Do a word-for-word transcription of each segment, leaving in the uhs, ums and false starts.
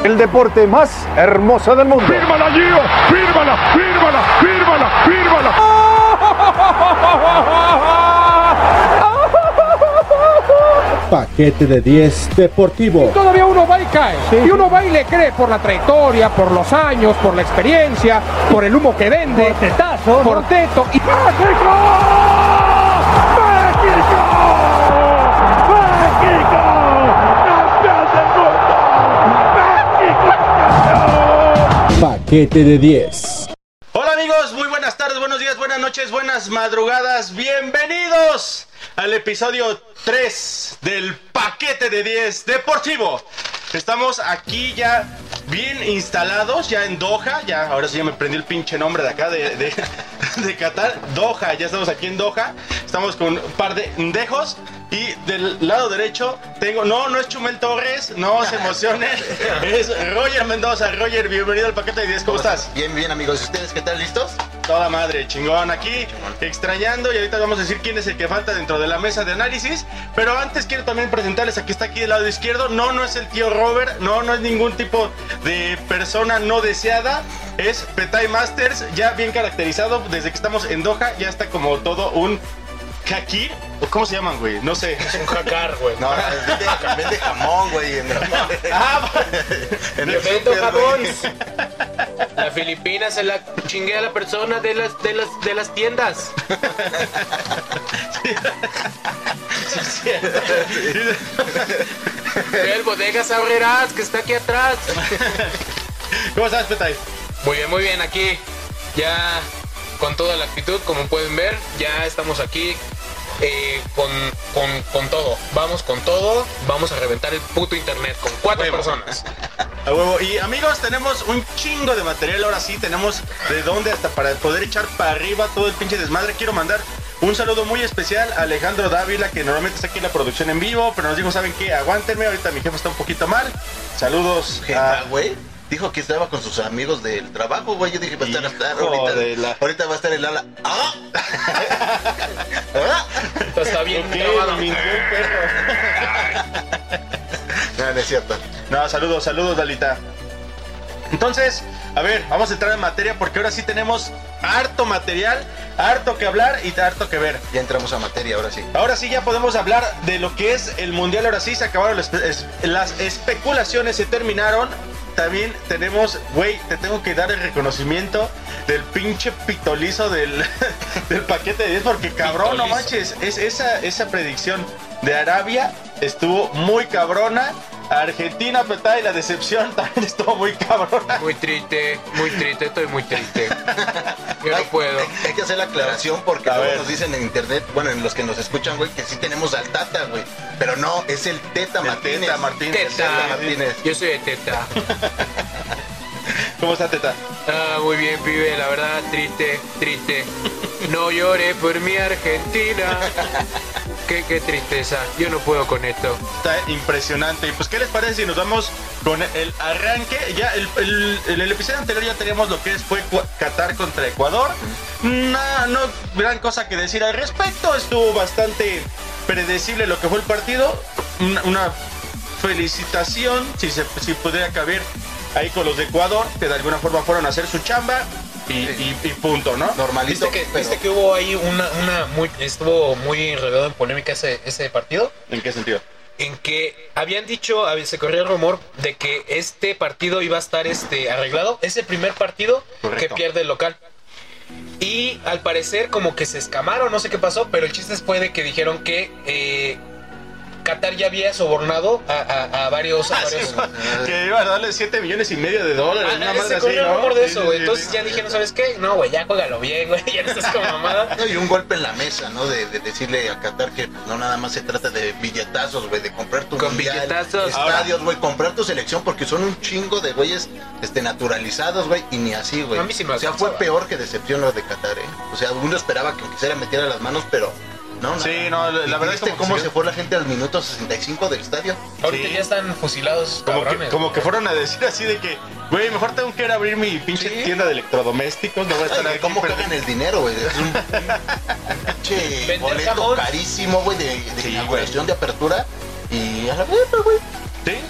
El deporte más hermoso del mundo. ¡Fírmala, Gio! ¡Fírmala! ¡Fírmala! ¡Fírmala! ¡Fírmala! Paquete de diez Deportivo. Todavía uno va y cae. Sí. Y uno va y le cree por la trayectoria, por los años, por la experiencia, por el humo que vende. Por tetazo. Por ¿no? teto. Y... ¡México! ¡México! ¡México! ¡Campeón del mundo! ¡México campeón! Paquete de diez. Hola amigos, muy buenas tardes, buenos días, buenas noches, buenas madrugadas. Bienvenidos al episodio tres del Paquete de diez Deportivo. Estamos aquí ya bien instalados, ya en Doha. Ya, ahora sí ya me prendí el pinche nombre de acá de, de, de Qatar. Doha, ya estamos aquí en Doha. Estamos con un par de ndejos. Y del lado derecho tengo, no, no es Chumel Torres, no se emocionen, es Roger Mendoza. Roger, bienvenido al Paquete de diez, ¿cómo estás? Bien, bien amigos, ¿ustedes qué tal, listos? Toda madre, chingón, aquí extrañando, y ahorita vamos a decir quién es el que falta dentro de la mesa de análisis. Pero antes quiero también presentarles a que está aquí del lado izquierdo. No, no es el tío Robert, no, no es ningún tipo de persona no deseada. Es Petay Masters, ya bien caracterizado desde que estamos en Doha, ya está como todo un Kakir, ¿o cómo se llaman, güey? No sé. Es un jacar, güey. No, vende, vende jamón, güey. Ah, Yo vendo jamón. La Filipina se la chingué a la persona de las, de las, de las tiendas. Sí, sí. El Bodegas Aurrerás, que está aquí atrás. ¿Cómo estás, Petay? Muy bien, muy bien, aquí. Ya con toda la actitud, como pueden ver, ya estamos aquí. Eh, con, con, con todo, vamos con todo, vamos a reventar el puto internet con cuatro huevo. personas. A huevo. Y amigos, tenemos un chingo de material, ahora sí, tenemos de dónde hasta para poder echar para arriba todo el pinche desmadre. Quiero mandar un saludo muy especial a Alejandro Dávila, que normalmente está aquí en la producción en vivo, pero nos dijo, ¿saben qué? Aguántenme, ahorita mi jefe está un poquito mal. Saludos Jefa, a... güey. Dijo que estaba con sus amigos del trabajo, güey. Yo dije, va a estar hasta Hijo ahorita. de la- Ahorita va a estar el ala. ¡Ah! ¿Ah? Está bien ¿Por qué? grabado. Me mintió el perro. No, no es cierto. No, saludos, saludos, Dalita. Entonces, a ver, vamos a entrar en materia porque ahora sí tenemos harto material, harto que hablar y harto que ver. Ya entramos a materia, ahora sí. Ahora sí ya podemos hablar de lo que es el Mundial. Ahora sí se acabaron las, es- las especulaciones, se terminaron. También tenemos, güey, te tengo que dar el reconocimiento del pinche pitolizo del, del paquete de diez, porque cabrón, no manches, es, esa, esa predicción de Arabia estuvo muy cabrona. Argentina, Petay, la decepción también estuvo muy cabrona. Muy triste, muy triste, estoy muy triste. Yo no Hay- puedo. Hay, hay que hacer la aclaración porque A luego ver. nos dicen en internet, bueno, en los que nos escuchan, güey, que sí tenemos al Tata, güey. Pero no, es el Teta El Martínez. Teta Martínez. Teta Martínez. Yo soy de Teta. ¿Cómo está, Teta? Ah, muy bien, pibe, la verdad, triste, triste. No llore por mi Argentina. Qué, qué tristeza, yo no puedo con esto. Está impresionante. Y pues, ¿qué les parece si nos vamos con el arranque? Ya el, el, el, el episodio anterior ya teníamos lo que es, fue Qatar contra Ecuador. No, no gran cosa que decir al respecto. Estuvo bastante predecible lo que fue el partido. Una, una felicitación, si se si pudiera caber ahí con los de Ecuador, que de alguna forma fueron a hacer su chamba. Y, y, y punto, ¿no? Normalito. ¿Viste que, pero- viste que hubo ahí una, una muy, estuvo muy enredado en polémica ese, ese partido? ¿En qué sentido? En que habían dicho, había- se corrió el rumor de que este partido iba a estar este, arreglado. Es el primer partido Correcto. que pierde el local. Y al parecer como que se escamaron, no sé qué pasó, pero el chiste fue de que dijeron que eh, Qatar ya había sobornado a, a, a varios... A varios Que iba a darle siete millones y medio de dólares. Ah, una se madre corrió así, el ¿no? rumor de Sí, eso, sí, güey. sí, Entonces sí. ya dijeron, ¿sabes qué? No, güey, ya juégalo bien, güey. Ya no estás como mamada. No, y un golpe en la mesa, ¿no? De, de decirle a Qatar que pues, no nada más se trata de billetazos, güey, de comprar tu Con mundial, billetazos. estadios, güey, comprar tu selección, porque son un chingo de güeyes este, naturalizados, güey, y ni así, güey. A mí sí me O sea, fue alcanzaba. peor que decepción lo de Qatar, ¿eh? O sea, uno esperaba que aunque se metiera las manos, pero no, Sí, nada. no, la- la ¿Y verdad es viste como cómo que se sí. fue la gente al minuto sesenta y cinco del estadio? Ahorita Sí. ya están fusilados, Como que, cabrones. como que fueron a decir así de que, güey, mejor tengo que ir a abrir mi pinche Sí. tienda de electrodomésticos, no voy a estar Ay, aquí. ¿Cómo pero- cagan el dinero, güey? Es un pinche Vender boleto jamón. carísimo, güey, de, de Sí, inauguración, de apertura. Y a la verga, güey. Sí, Se,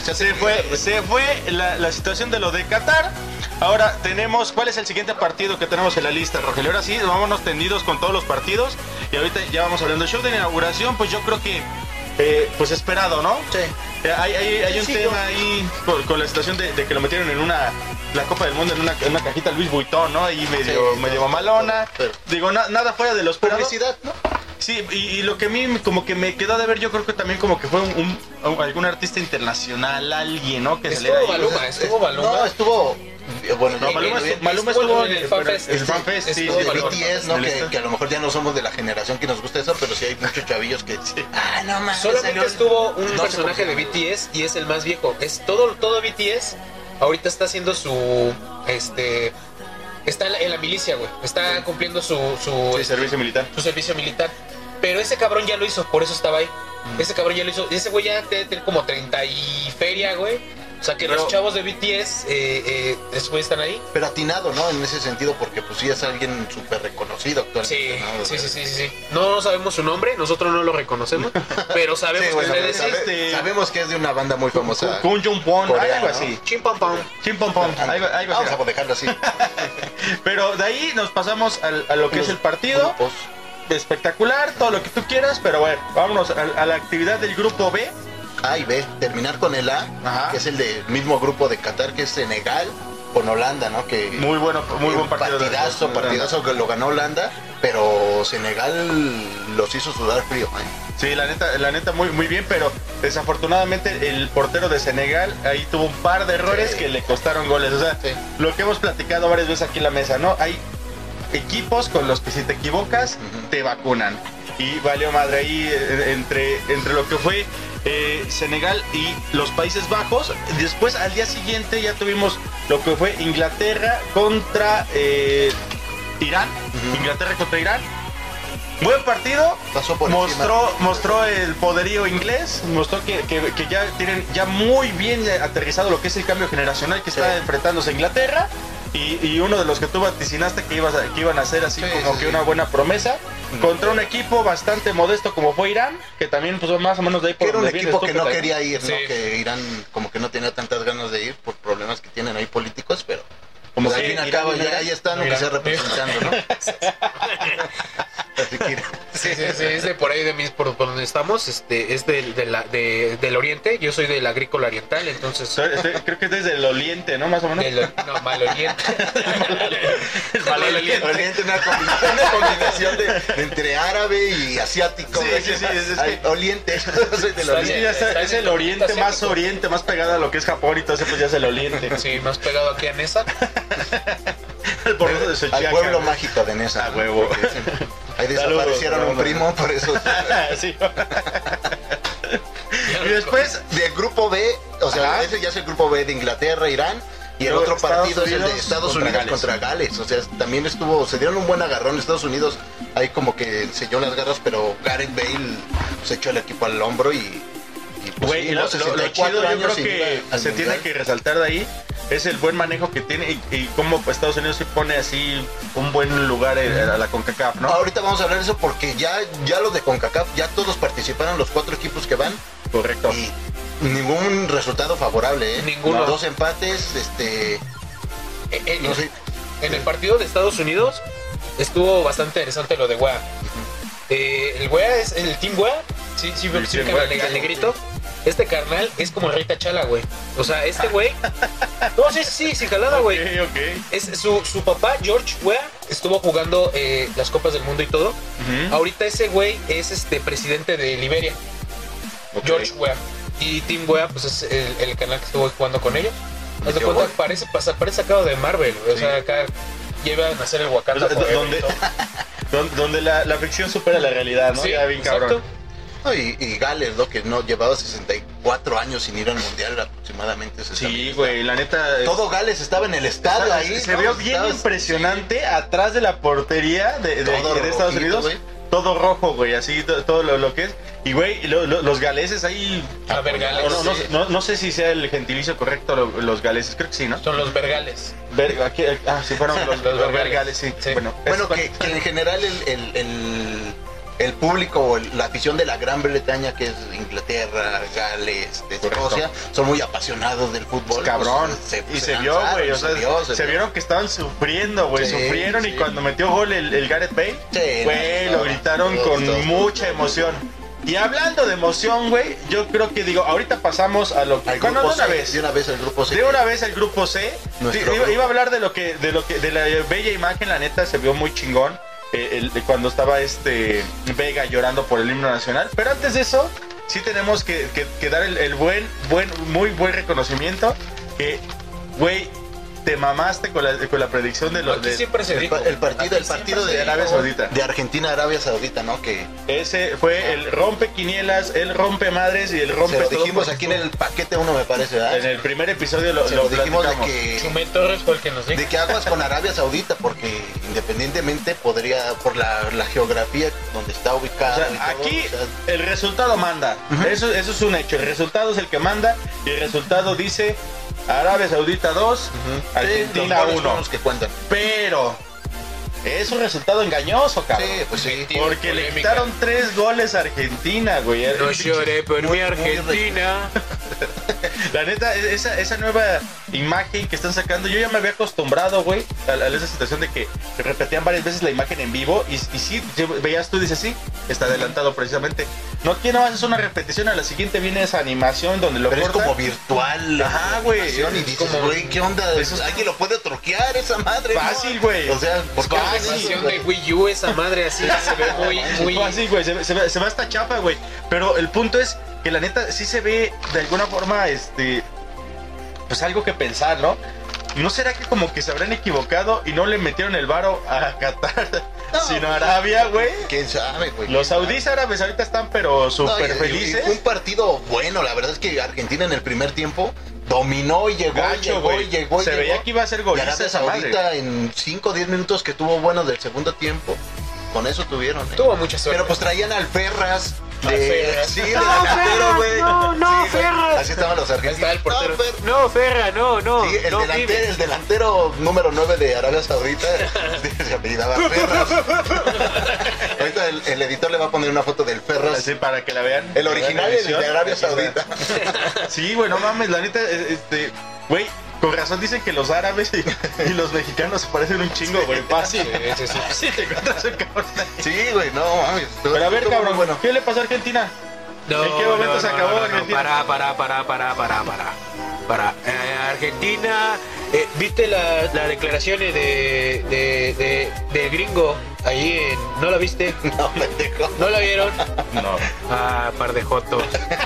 se fue, se fue la, la situación de lo de Qatar. Ahora tenemos, ¿cuál es el siguiente partido que tenemos en la lista, Rogelio? Ahora sí, vámonos tendidos con todos los partidos. Y ahorita ya vamos hablando del show de inauguración, pues yo creo que, eh, pues esperado, ¿no? Sí. Eh, hay, hay, hay un sí, tema yo... ahí con, con la situación de, de que lo metieron en una, la Copa del Mundo en una, en una cajita Luis Vuitton, ¿no? Ahí medio, sí, medio mamalona. Pero... Digo, na, nada fuera de los publicidad, ¿no? Sí, y, y lo que a mí como que me quedó de ver, yo creo que también como que fue un, un algún artista internacional, alguien, ¿no? Que estuvo se Maluma, estuvo Maluma. No, estuvo... Bueno, no, Maluma, el, el, Maluma estuvo, estuvo en el FanFest. El FanFest, sí. De B T S, ¿no? Que, que a lo mejor ya no somos de la generación que nos gusta eso, pero sí hay muchos chavillos que... Sí. Ah, no mames. Solamente estuvo un no personaje de B T S y es el más viejo. Es todo, todo B T S. Ahorita está haciendo su... Este... Está en la, en la milicia, güey. Está cumpliendo su... su sí, servicio militar. Su servicio militar. Pero ese cabrón ya lo hizo, por eso estaba ahí. Mm. Ese cabrón ya lo hizo. Ese güey ya debe tener como treinta y feria, güey. O sea que pero, los chavos de B T S, eh, eh, después están ahí. Pero atinado, ¿no? En ese sentido, porque pues sí es alguien súper reconocido actualmente. Sí, ¿no? sí, sí, sí, sí, sí. No sabemos su nombre, nosotros no lo reconocemos, pero sabemos sí, bueno, que ustedes sabe, este... sabemos que es de una banda muy famosa. Kun Jung Pon, algo así. Chim Pom Pom. Chim Pom Pom. Vamos a dejarlo así. Pero de ahí nos pasamos a, a lo que los es el partido. Grupos. Espectacular, todo lo que tú quieras, pero bueno, vámonos a, a la actividad del grupo B. A y B, terminar con el A, Ajá. que es el del mismo grupo de Qatar, que es Senegal con Holanda, ¿no? Que muy bueno, muy buen partido. Partidazo, de partidazo que lo ganó Holanda, pero Senegal los hizo sudar frío, ¿eh? Sí, la neta, la neta muy, muy bien, pero desafortunadamente el portero de Senegal ahí tuvo un par de errores sí. que le costaron goles. O sea, sí. lo que hemos platicado varias veces aquí en la mesa, ¿no? Hay equipos con los que si te equivocas, uh-huh. te vacunan. Y valió madre ahí entre, entre lo que fue eh, Senegal y los Países Bajos. Después al día siguiente ya tuvimos lo que fue Inglaterra contra eh, Irán. Uh-huh. Inglaterra contra Irán. Buen partido. Pasó por mostró, mostró el poderío inglés. Mostró que, que, que ya tienen ya muy bien aterrizado lo que es el cambio generacional que está sí. enfrentándose a Inglaterra. Y, y uno de los que tú vaticinaste que, ibas a, que iban a hacer así sí, como sí, que sí. una buena promesa contra un equipo bastante modesto como fue Irán, que también pues más o menos de ahí por era un donde equipo que no ahí. quería ir, sí. ¿no? Que Irán como que no tenía tantas ganas de ir por problemas que tienen ahí políticos, pero como pues que al fin y al cabo ya ahí están, aunque sea representando, ¿no? Sí, sí, sí, es de por ahí de mis, por, por donde estamos, este, es del, de la, de, del oriente, yo soy del agrícola oriental, entonces... Soy, estoy, creo que es desde el oriente, ¿no? Más o menos. Del, no, mal oriente. Mal oriente. Oriente, una combinación, una combinación de, de entre árabe y asiático. Sí, sí, sí, es, es que... Oriente, soy del oriente. Sí, ya está, es el oriente asiático. Más oriente, más pegado a lo que es Japón y todo eso, pues ya es el oriente. Sí, más pegado aquí a Nesa. El de Xochiaca, al pueblo mágico de Nesa. A huevo. Ahí desaparecieron Saludos, un primo, por eso. Sí. Y después del grupo B, o sea, Ajá. ese ya es el grupo B de Inglaterra, Irán. Y el otro partido es el de Estados Unidos Gales. contra Gales. O sea, también estuvo, se dieron un buen agarrón. Estados Unidos ahí como que selló las garras, pero Gareth Bale se echó el equipo al hombro y... y pues, Güey, sí, lo, ¿no? lo, lo chido yo creo que se tiene que resaltar de ahí es el buen manejo que tiene y, y cómo Estados Unidos se pone así un buen lugar a la CONCACAF, ¿no? Ahorita vamos a hablar de eso porque ya, ya los de CONCACAF, ya todos participaron, los cuatro equipos que van. Correcto. Y ningún resultado favorable, ¿eh? Ninguno. Dos empates, este... En, en, no sé. En el partido de Estados Unidos estuvo bastante interesante lo de Wea. Uh-huh. eh, el Wea es el Team Wea. Sí, sí, sí, sí, el, el negrito. Este carnal es como el Rey T'Challa, güey. O sea, este güey... No, sí, sí, sí, jalada, güey. Okay, okay. Es su, su papá, George Weah, estuvo jugando eh, las Copas del Mundo y todo. Uh-huh. Ahorita ese güey es este presidente de Liberia. Okay. George Weah. Y Team Weah, pues es el, el canal que estuvo jugando con ellos. Haz de cuenta, parece, parece sacado de Marvel, güey. O sí. sea, acá llevan a hacer el Wakanda. O sea, donde, donde la, la ficción supera la realidad, ¿no? Sí, ya bien exacto. cabrón. No, y, y Gales, ¿no? Que no llevaba sesenta y cuatro años sin ir al mundial aproximadamente. Sí, güey, la neta. Todo Gales estaba en el estadio ahí. Se ¿no? vio bien estaba, impresionante sí. atrás de la portería de, de, de, de Estados Unidos. Wey. Todo rojo, güey, así todo, todo lo, lo que es. Y, güey, lo, lo, los galeses ahí... A ver, gales, no, no, sí. no, no, no sé si sea el gentilicio correcto, los galeses, creo que sí, ¿no? Son los vergales. Ver, aquí, ah, sí, fueron los, los, los vergales, sí. sí. Bueno, bueno que, que en general el, el, el, el público, la afición de la Gran Bretaña, que es Inglaterra, Gales, de Escocia, son muy apasionados del fútbol. Cabrón. Pues, se, y se, se vio, güey. O sea, se, vio, se, se vieron que estaban sufriendo, güey. Sí, sufrieron sí. Y cuando metió gol el, el Gareth Bale, güey, sí, no, lo gritaron no, con no, mucha no, emoción. Y hablando de emoción, güey, yo creo que digo, ahorita pasamos a lo que... Bueno, de una C, vez. De una vez al grupo C. De una vez al grupo C. Sí, iba, iba a hablar de lo que, de lo que, de la bella imagen, la neta, se vio muy chingón. Eh, el, cuando estaba este Vega llorando por el himno nacional. Pero antes de eso, sí tenemos que, que, que dar el, el buen, buen, muy buen reconocimiento. Que, güey, te mamaste con la, con la predicción de los... De, siempre se dijo, el, el partido, el partido de Arabia Saudita. De Argentina a Arabia Saudita, ¿no? Que ese fue el rompe quinielas, el rompe madres y el rompe... Se lo dijimos aquí en el paquete uno, me parece, ¿verdad? En el primer episodio lo, Se lo, lo dijimos de que... Chumel Torres fue el que nos dijo. De que aguas con Arabia Saudita, porque independientemente podría, por la, la geografía donde está ubicada... O sea, y todo, aquí o sea, el resultado manda. Uh-huh. Eso, eso es un hecho. El resultado es el que manda y el resultado dice... Arabia Saudita dos, uh-huh. Argentina uno. Que cuentan. Pero es un resultado engañoso, cabrón. Sí, pues sí. Porque le quitaron tres goles a Argentina, güey. No lloré por mi Argentina. La neta, esa, esa nueva imagen que están sacando, yo ya me había acostumbrado, güey, a, a esa situación de que repetían varias veces la imagen en vivo. Y, y sí, veías tú, dices, sí, está adelantado precisamente. No, aquí nomás es una repetición, a la siguiente viene esa animación donde lo Pero cortan. Es como virtual. Ajá, güey. Y dices, güey, ¿qué onda? Eso ¿Alguien lo puede troquear esa madre? Fácil, güey. ¿no? O sea, ¿por qué? La animación de Wii U, esa madre así se ve muy... muy... Fácil, güey, se, se, se va hasta chapa, güey. Pero el punto es que la neta sí se ve de alguna forma, este... pues algo que pensar, ¿no? ¿No será que como que se habrán equivocado y no le metieron el varo a Qatar, no, sino a Arabia, güey? ¿Quién sabe, güey? Los saudíes árabes ahorita están pero súper no, felices. Fue un partido bueno, la verdad es que Argentina en el primer tiempo dominó y llegó, Gacho, y llegó, güey. y llegó, y Se llegó. veía que iba a ser goliza esa madre. Ahorita en cinco o diez minutos que tuvo bueno del segundo tiempo, con eso tuvieron. ¿eh? Tuvo mucha suerte. Pero pues traían al Ferraz. De, Ferraz. Sí, de no, delantero, güey. No, no, sí, Ferraz. Así estaban los argentinos. Está el portero. No, Fer... no Ferraz, no, no. Sí, el, no, delantero, el delantero número nueve de Arabia Saudita se apellidaba Ferraz. Ahorita el, el editor le va a poner una foto del Ferraz. Así para que la vean. El original es de Arabia Saudita. Sí, güey, no mames, la neta, este, güey. Con razón dicen que los árabes y, y los mexicanos se parecen un chingo, güey. Fácil. Sí, sí, sí. Sí, te encuentras un cabrón. Sí, güey, no mames. Pero a ver, cabrón, bueno. ¿Qué le pasó a Argentina? No, ¿En qué momento no, se acabó no, no, Argentina? Para, para, para, para, para, para. Para. Eh, Argentina, eh, ¿viste las la declaraciones de, de, de, de gringo ahí en... ¿No la viste? No, pendejo. ¿No la vieron? No. Ah, par de jotos.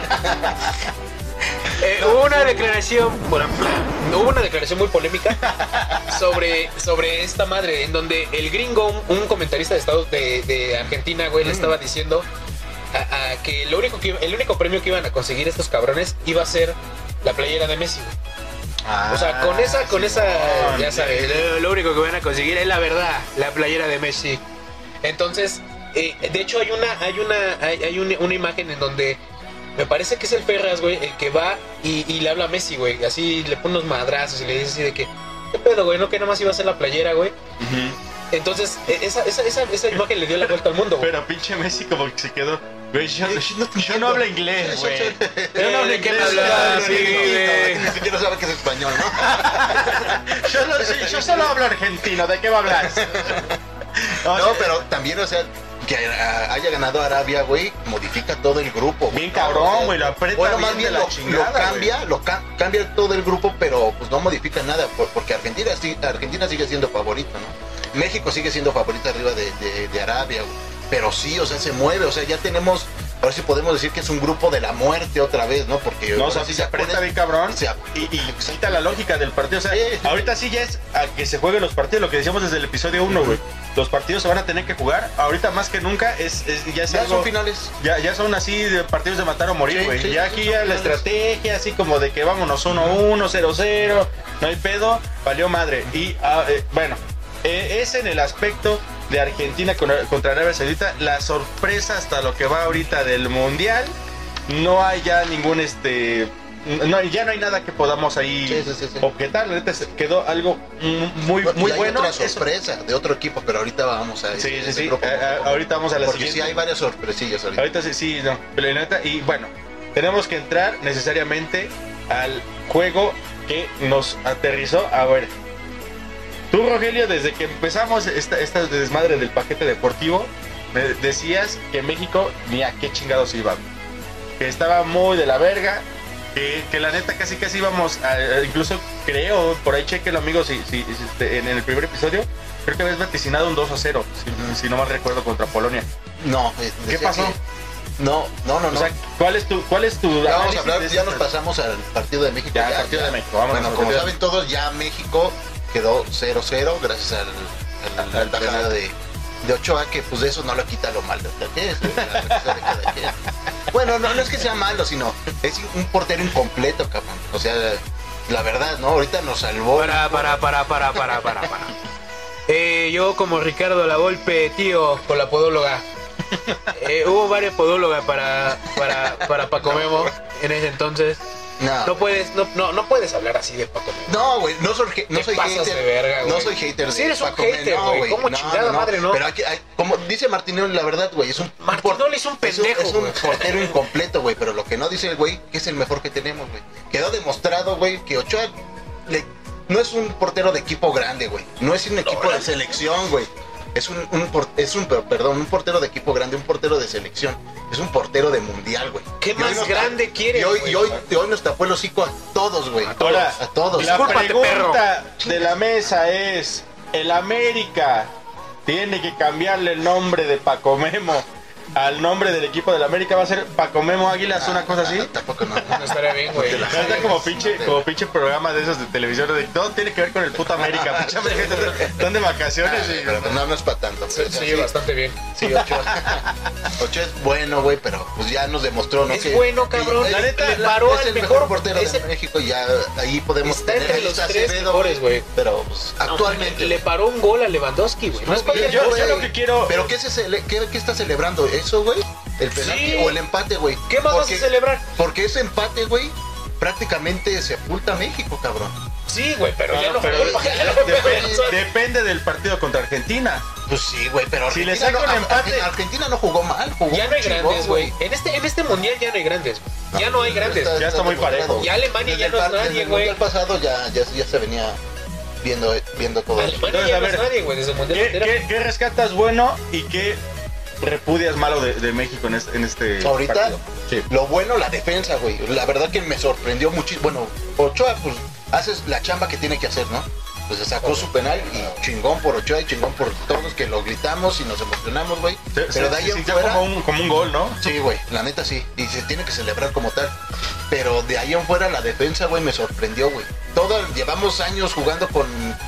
Eh, hubo una declaración, bueno, hubo una declaración muy polémica sobre, sobre esta madre, en donde el gringo, un, un comentarista de Estados de, de Argentina, güey, mm. le estaba diciendo a, a que lo único que el único premio que iban a conseguir estos cabrones iba a ser la playera de Messi, güey. Ah, o sea, con esa, con sí, esa, no, ya sabes, lo, lo único que van a conseguir es la verdad, la playera de Messi. Entonces, eh, de hecho hay una, hay una, hay, hay una, una imagen en donde me parece que es el Ferraz, güey, el que va y, y le habla a Messi, güey. Así le pone unos madrazos y le dice así de que, ¿qué pedo, güey? ¿No que nada más iba a hacer la playera, güey? Uh-huh. Entonces, esa, esa, esa, esa imagen le dio la vuelta al mundo, güey. Pero pinche Messi como que se quedó, güey, yo, yo, no, yo no hablo inglés, güey. Yo no hablo inglés, güey. Ni siquiera sabe que es español, ¿no? yo, no, yo solo hablo argentino, ¿de qué va a hablar? No, no, pero también, o sea... que haya ganado Arabia, güey, modifica todo el grupo. Bien cabrón, güey, lo aprieta bueno, bien más bien de lo, la chingada, lo cambia, lo ca cambia todo el grupo, pero pues no modifica nada, porque Argentina, Argentina sigue siendo favorito, ¿no? México sigue siendo favorito arriba de, de, de Arabia, güey. Pero sí, o sea, se mueve, o sea, ya tenemos, a ver si podemos decir que es un grupo de la muerte otra vez, ¿no? Porque no, o sea, si se aprieta bien cabrón se y, y quita la lógica del partido, o sea, sí. Ahorita sí ya es a que se jueguen los partidos, lo que decíamos desde el episodio uno, güey. Los partidos se van a tener que jugar, ahorita más que nunca es, es ya es ya algo, son finales. Ya, ya son así de partidos de matar o morir, güey. Sí, sí, ya aquí ya la estrategia, así como de que vámonos uno uno, cero cero, no hay pedo, valió madre. Y uh, eh, bueno, eh, es en el aspecto de Argentina contra Arabia Saudita, la sorpresa hasta lo que va ahorita del Mundial. No hay ya ningún este no, ya no hay nada que podamos ahí sí, sí, sí, sí. objetar. La neta quedó algo muy, no, muy hay bueno. Otra sorpresa eso. De otro equipo, pero ahorita vamos a. Sí, sí, este sí. grupo, A, a, ahorita vamos a la porque siguiente. Porque sí hay varias sorpresillas ahorita. Ahorita sí, sí, no. Pero la neta, y bueno, tenemos que entrar necesariamente al juego que nos aterrizó. A ver, tú, Rogelio, desde que empezamos esta, esta desmadre del paquete deportivo, me decías que México ni a qué chingados iba. Que estaba muy de la verga. Que, que la neta casi casi íbamos a, incluso creo, por ahí chequenlo, amigos, si, si, si este, en el primer episodio, creo que habías vaticinado un dos a cero, si, si no mal recuerdo, contra Polonia. No, ¿qué pasó? Que, no, no, no, o no. sea, ¿cuál es tu, cuál es tu ya vamos a hablar, ya nos pasamos al partido de México. Ya, ya partido ya. de México, vamos. Bueno, como saben todos, ya México quedó cero cero gracias al, al, a la tajada de, de Ochoa, que pues de eso no lo quita lo malo que es. Bueno, no, no es que sea malo, sino es un portero incompleto, cabrón. O sea, la verdad, ¿no? Ahorita nos salvó. Para, para, para, para, para, para, para. Eh, yo como Ricardo Lavolpe, tío, con la podóloga. Eh, hubo varias podólogas para, para, para Paco Memo en ese entonces. No, no puedes, no, no, no puedes hablar así de Paco Memo. No, güey, no soy, no soy hater. De verga, no soy hater de sí eres Paco un hater, Memo, güey. ¿Cómo no, chingada no, no. madre, no? Pero hay que, hay, como dice Martinoli, la verdad, güey, es un Martinoli es un pendejo, es un, es un portero incompleto, güey, pero lo que no dice el güey, que es el mejor que tenemos, güey. Quedó demostrado, güey, que Ochoa le, no es un portero de equipo grande, güey. No es un equipo no, de selección, güey. Es un, un es un perdón, un portero de equipo grande, un portero de selección. Es un portero de mundial, güey. ¿Qué más grande ta- quieres? Y hoy, güey, y hoy, y hoy nos tapó el hocico a todos, güey. A todos. Ahora, a todos. La Discúlpate, pregunta perro. de la mesa es: ¿el América tiene que cambiarle el nombre de Paco Memo al nombre del equipo del América? ¿Va a ser Paco Memo Águilas, Ah, una cosa así? ah, tampoco no. No estaría bien, güey. Está como pinche, como pinche programa de esos de televisión de todo tiene que ver con el puto América. Pinche América, están de vacaciones y Pero no, no es para tanto. Se pues, oye bastante bien. Sí, Ochoa. Ochoa es bueno, güey, pero pues ya nos demostró, ¿no? Es que, bueno, cabrón. que- La neta, es le paró es al el mejor- mejor portero es de el- México y ya ahí podemos Está tener entre a los Luis tres Acevedo, mejores, güey. Pero pues actualmente. Le paró un gol a Lewandowski, güey. No es Yo- cualquier yo- cosa. yo lo que quiero- ¿Pero qué, se cele- qué, qué está celebrando? ¿Eso, güey? ¿El penalti Sí. o el empate, güey? ¿Qué más vas a celebrar? Porque ese empate, güey, prácticamente sepulta a México, cabrón. Sí, güey, pero ya No, no pero jugó. ya- Ya no Depende, jugó. depende del partido contra Argentina. Pues sí, güey, pero Si le Argentina saca no- un empate- Argentina no jugó mal, jugó Ya no hay chingón, grandes, güey. En este, en este mundial ya no hay grandes. Ya no hay grandes. Ya está muy demostrado. parejo. Ya Alemania Desde ya el no es par- nadie, desde el güey. mundial pasado ya, ya, ya se venía viendo, viendo todo eso. Alemania Entonces, ya a no es ver, nadie, güey. Desde el mundial ¿Qué, entero. qué, qué rescatas bueno y qué repudias malo de, de México en este, en este Ahorita, partido? Sí. lo bueno, la defensa, güey. La verdad que me sorprendió muchísimo. Bueno, Ochoa, pues, haces la chamba que tiene que hacer, ¿no? Pues se sacó su penal y chingón por Ochoa y chingón por todos que lo gritamos y nos emocionamos, güey. Se- Pero se- de ahí se en sintió fuera... como un, como un gol, ¿no? Sí, güey, la neta sí. Y se tiene que celebrar como tal. Pero de ahí en fuera la defensa, güey, me sorprendió, güey. Todo, llevamos años jugando con,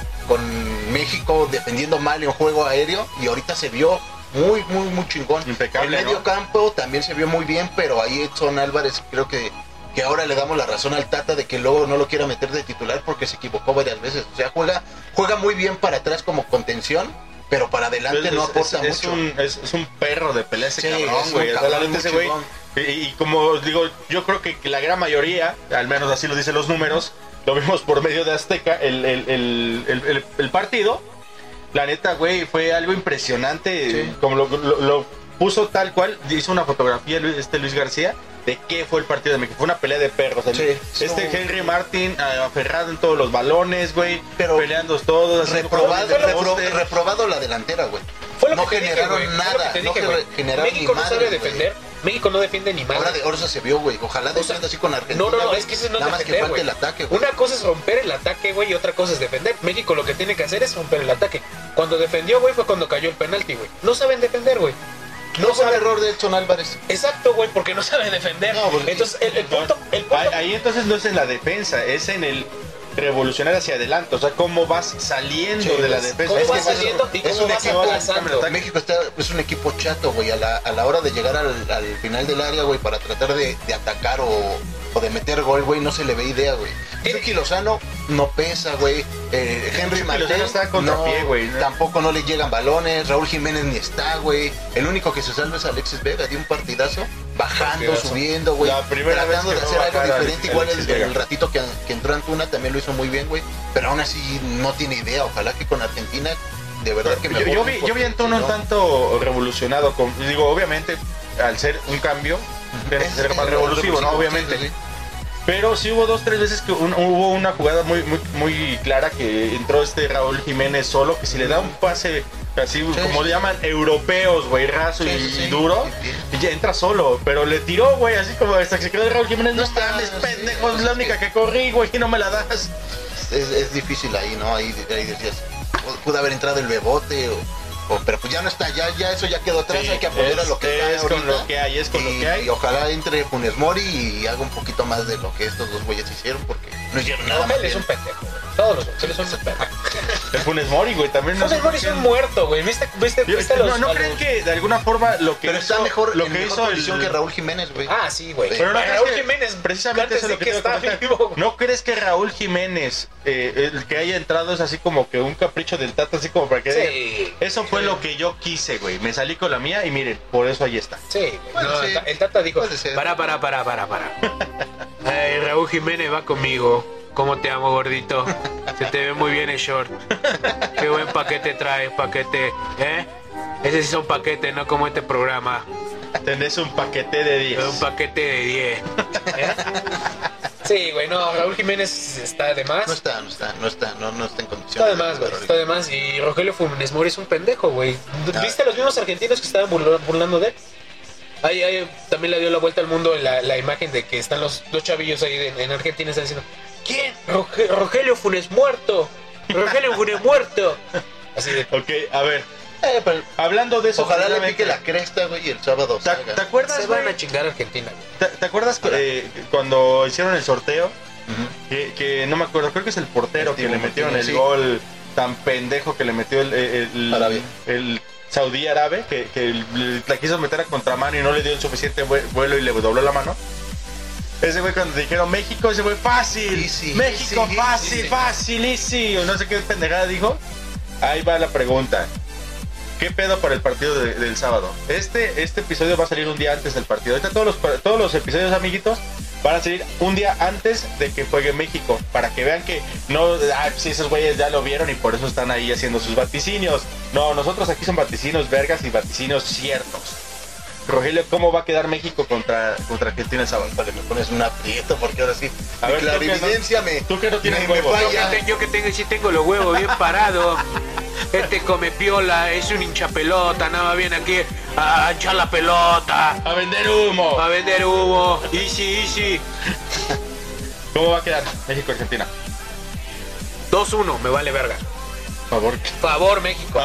con México, defendiendo mal en juego aéreo. Y ahorita se vio muy, muy, muy chingón. Impecable, El medio ¿no? campo también se vio muy bien, pero ahí Edson Álvarez creo que, que ahora le damos la razón al Tata de que luego no lo quiera meter de titular porque se equivocó varias veces. O sea, juega, juega muy bien para atrás como contención, pero para adelante Es- no es- aporta es, es mucho. un, es, es un perro de pelea ese Sí, cabrón, es un güey. O sea, la cabrón neta ese muy güey. chingón. Y, y como os digo, yo creo que la gran mayoría, al menos así lo dicen los números, lo vimos por medio de Azteca, el, el, el, el, el, el partido. La neta, güey, fue algo impresionante. Sí. Como lo, lo, lo puso tal cual, hizo una fotografía Luis- este Luis García de qué fue el partido de México. Fue una pelea de perros. El- Sí. Este Sí. Henry Martin ah, aferrado en todos los balones, güey. Pero Peleando todos. haciendo Reprobado, goles de repro- poste. reprobado la delantera, güey. Fue lo No que te dije, generaron güey. Fue lo nada, que te no dije, ge- güey. generaron ni México no madres, sabe güey. defender. México no defiende ni Ahora madre. de Orza se vio, güey. Ojalá O sea, defienda así con Argentina. No, no, no, güey. es que eso no es Nada más que defender, falte güey. el ataque, güey. Una cosa es romper el ataque, güey, y otra cosa es defender. México lo que tiene que hacer es romper el ataque. Cuando defendió, güey, fue cuando cayó el penalti, güey. No saben defender, güey. No No fue el saben. error de Edson Álvarez. Exacto, güey, porque no saben defender. No, pues, Entonces, el, el punto, el punto Ahí, ahí entonces no es en la defensa, es en el revolucionar hacia adelante. O sea, cómo vas saliendo Sí, de la es- defensa. ¿cómo Es que vas eso- saliendo y es cómo un vas equipo- avanzando? México está, es un equipo chato, güey. A la, a la hora de llegar al, al final del área, güey, para tratar de, de atacar o, o de meter gol, güey, no se le ve idea, güey. Chucky Lozano no pesa, güey. Eh, Henry Chucky Martín Lozano está contra no, pie, güey, ¿no? tampoco no le llegan balones. Raúl Jiménez ni está, güey. El único que se salva es Alexis Vega, dio un partidazo. bajando, subiendo, güey. Tratando de hacer algo diferente. Igual el, el ratito que, que entró Antuna también lo hizo muy bien, güey. Pero aún así no tiene idea. Ojalá que con Argentina, de verdad que me Yo, yo vi, yo vi a Antuna un tanto revolucionado. Con, digo, obviamente, al ser un cambio, tiene que ser más revolutivo, ¿no? Obviamente. Sí, sí. Pero sí hubo dos, tres veces que un, hubo una jugada muy, muy, muy clara que entró este Raúl Jiménez solo, que si le da un pase así, sí, como le llaman, europeos, güey, raso sí, y, sí, y duro, sí, sí. Y ya entra solo, pero le tiró, güey, así como hasta que se quedó Raúl Jiménez, no mames, pendejo, es la única que corrí, güey, y no me la das. Es, es difícil ahí, ¿no? Ahí, ahí decías, pudo haber entrado el Bebote o... Oh, pero pues ya no está, ya, ya eso ya quedó atrás, sí, hay que apoyar a lo que está es ahorita, con lo que hay, es con y, lo que hay. Y ojalá entre Funes Mori y haga un poquito más de lo que estos dos güeyes hicieron, porque no hicieron nada. Él es un pendejo, güey. Todos los boxeadores son un pendejo. El Funes Mori, güey, también no. Funes Mori es un muerto, güey. ¿Viste, viste, Yo, viste no, los, ¿No creen los... que de alguna forma lo que pero hizo, está mejor, lo en que mejor hizo condición el... que Raúl Jiménez, güey? Ah, sí, güey. Pero no Raúl que, Jiménez, precisamente eso es lo que, que está vivo. ¿No crees que Raúl Jiménez, eh, el que haya entrado es así como que un capricho del Tata, así como para que... Sí. Eso fue sí. lo que yo quise, güey. Me salí con la mía y miren, por eso ahí está. Sí, bueno, no, sí. El Tata dijo, para, para, para, para, para. Hey, Raúl Jiménez va conmigo. ¿Cómo te amo, gordito? Se te ve muy bien el short. Qué buen paquete traes, paquete. ¿Eh? Ese sí son paquetes, no como este programa. Tenés un paquete de diez. Un paquete de diez. ¿Eh? Sí, güey, no, Raúl Jiménez está de más. No está, no está, no está, no, no está en condiciones. Está de más, güey, está de más. Y Rogelio Funes Mori es un pendejo, güey. ¿Viste a los mismos argentinos que estaban burlando de él? Ahí, ahí también le dio la vuelta al mundo la, la imagen de que están los dos chavillos ahí en, en Argentina, están diciendo, ¿quién? Roge, Rogelio Funes muerto. Rogelio Funes muerto. Así de... Ok, a ver. Eh, pero, hablando de eso, ojalá le pique la cresta, güey, y el sábado ¿Te, ¿te acuerdas? Se van a chingar a Argentina. ¿Te, ¿Te acuerdas eh, cuando hicieron el sorteo? Uh-huh. Que, que no me acuerdo, creo que es el portero el que le metieron el sí. gol tan pendejo que le metió el, el, el, el Saudí árabe, que, que la quiso meter a contramano y no le dio el suficiente vuelo y le dobló la mano. Ese güey cuando dijeron México, ese güey fácil, easy, México easy, fácil, easy. fácil, easy, o no sé qué pendejada dijo. Ahí va la pregunta. ¿Qué pedo para el partido de, del sábado? Este, este episodio va a salir un día antes del partido. Ahorita todos los, todos los episodios, amiguitos, van a salir un día antes de que juegue México. Para que vean que no, ah, si esos güeyes ya lo vieron y por eso están ahí haciendo sus vaticinios. No, nosotros aquí son vaticinios vergas y vaticinios ciertos. Rogelio, ¿cómo va a quedar México contra, contra Argentina el sábado? Vale, me pones un aprieto porque ahora sí. A ver, la evidencia me. Tú que no tienes huevos. Yo que, yo que tengo, sí tengo los huevos bien parados. Este come piola, es un hincha pelota, nada más viene aquí a, a echar la pelota. A vender humo. A vender humo. Easy, easy. ¿Cómo va a quedar México-Argentina? dos uno, me vale verga. Favor. Favor México.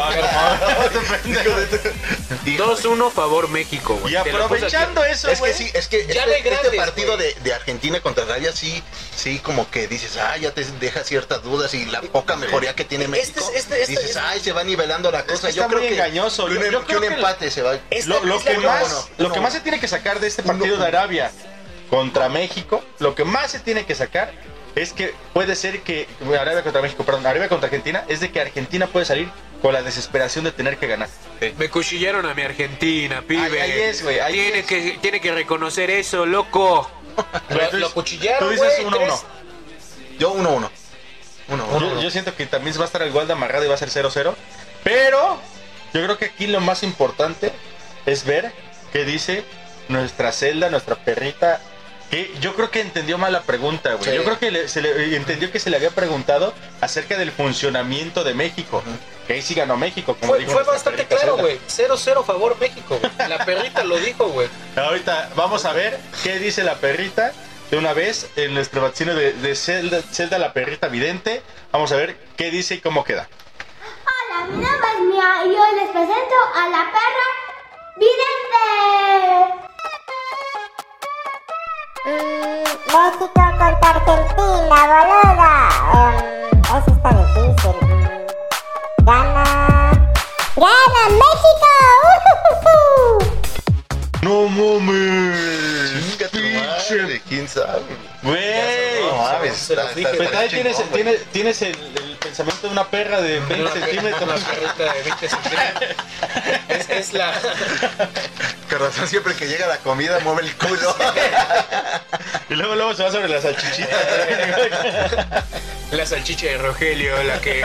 dos uno favor México, güey. Y aprovechando eso, es que sí, es que ya este, grandes, este partido de, de Argentina contra Arabia sí, sí como que dices, ah, ya te deja ciertas dudas y la poca mejoría que tiene México. Este, este, este, dices, este, ay, se va nivelando la cosa. Es que yo creo que engañoso. Que un, yo que un empate que se va. Este, lo, lo, que más, uno, lo uno, que más se tiene que sacar de este partido uno, de Arabia contra México, lo que más se tiene que sacar es que puede ser que Arabia contra México, perdón, Arabia contra Argentina, es de que Argentina puede salir con la desesperación de tener que ganar. Sí. Me cuchillaron a mi Argentina, pibe. Ahí, ahí es, güey. Tiene que, tiene que reconocer eso, loco. Lo, lo cuchillaron, güey. Tú dices uno uno. Yo uno uno. Yo, yo siento que también va a estar igual de amarrado y va a ser cero cero. Pero yo creo que aquí lo más importante es ver qué dice nuestra Zelda, nuestra perrita. Que yo creo que entendió mal la pregunta, güey. Sí. Yo creo que le, se le entendió que se le había preguntado acerca del funcionamiento de México. Uh-huh. Que ahí sí ganó México. Como fue fue bastante claro, güey. cero cero favor México, güey. La perrita lo dijo, güey. Ahorita vamos a ver qué dice la perrita de una vez en nuestro vaticino de, de Zelda, Zelda, la perrita vidente. Vamos a ver qué dice y cómo queda. Hola, mi nombre es Mia y hoy les presento a la perra vidente. Mm, México contra Argentina, boluda. Um, eso está difícil. Mm, gana. ¡Gana México! ¡Uh-huh-huh! ¡No mames! ¡Pinche! ¿Quién sabe? ¡Güey! No mames. Pues ahí tienes, tienes, tienes el, el pensamiento de una perra de veinte centímetros. Una perrita de veinte centímetros. Es, es la... Corazón siempre que llega la comida mueve el culo. Y luego luego se va sobre las salchichitas. La salchicha de Rogelio, la que...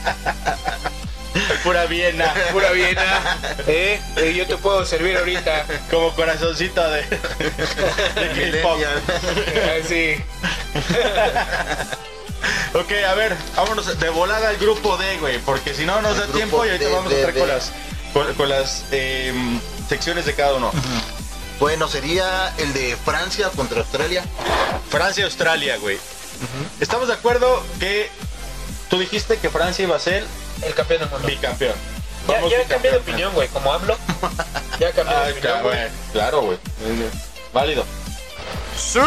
Pura Viena. Pura Viena. ¿Eh? Eh, yo te puedo servir ahorita. Como corazoncito de... de K-pop. Así. Ok, a ver, vámonos de volada al grupo D, güey, porque si no nos da El tiempo grupo y ahorita D, vamos D, a estar D. con las, con, con las eh, secciones de cada uno. Bueno, sería el de Francia contra Australia. Francia-Australia, güey. Estamos de acuerdo que tú dijiste que Francia iba a ser El campeón del mundo. bicampeón. Ya, Vamos ya bicampeón. cambié de opinión, güey. Como hablo. Ya cambié Ah, de opinión, ca- güey. güey, claro, güey. Válido. Sí.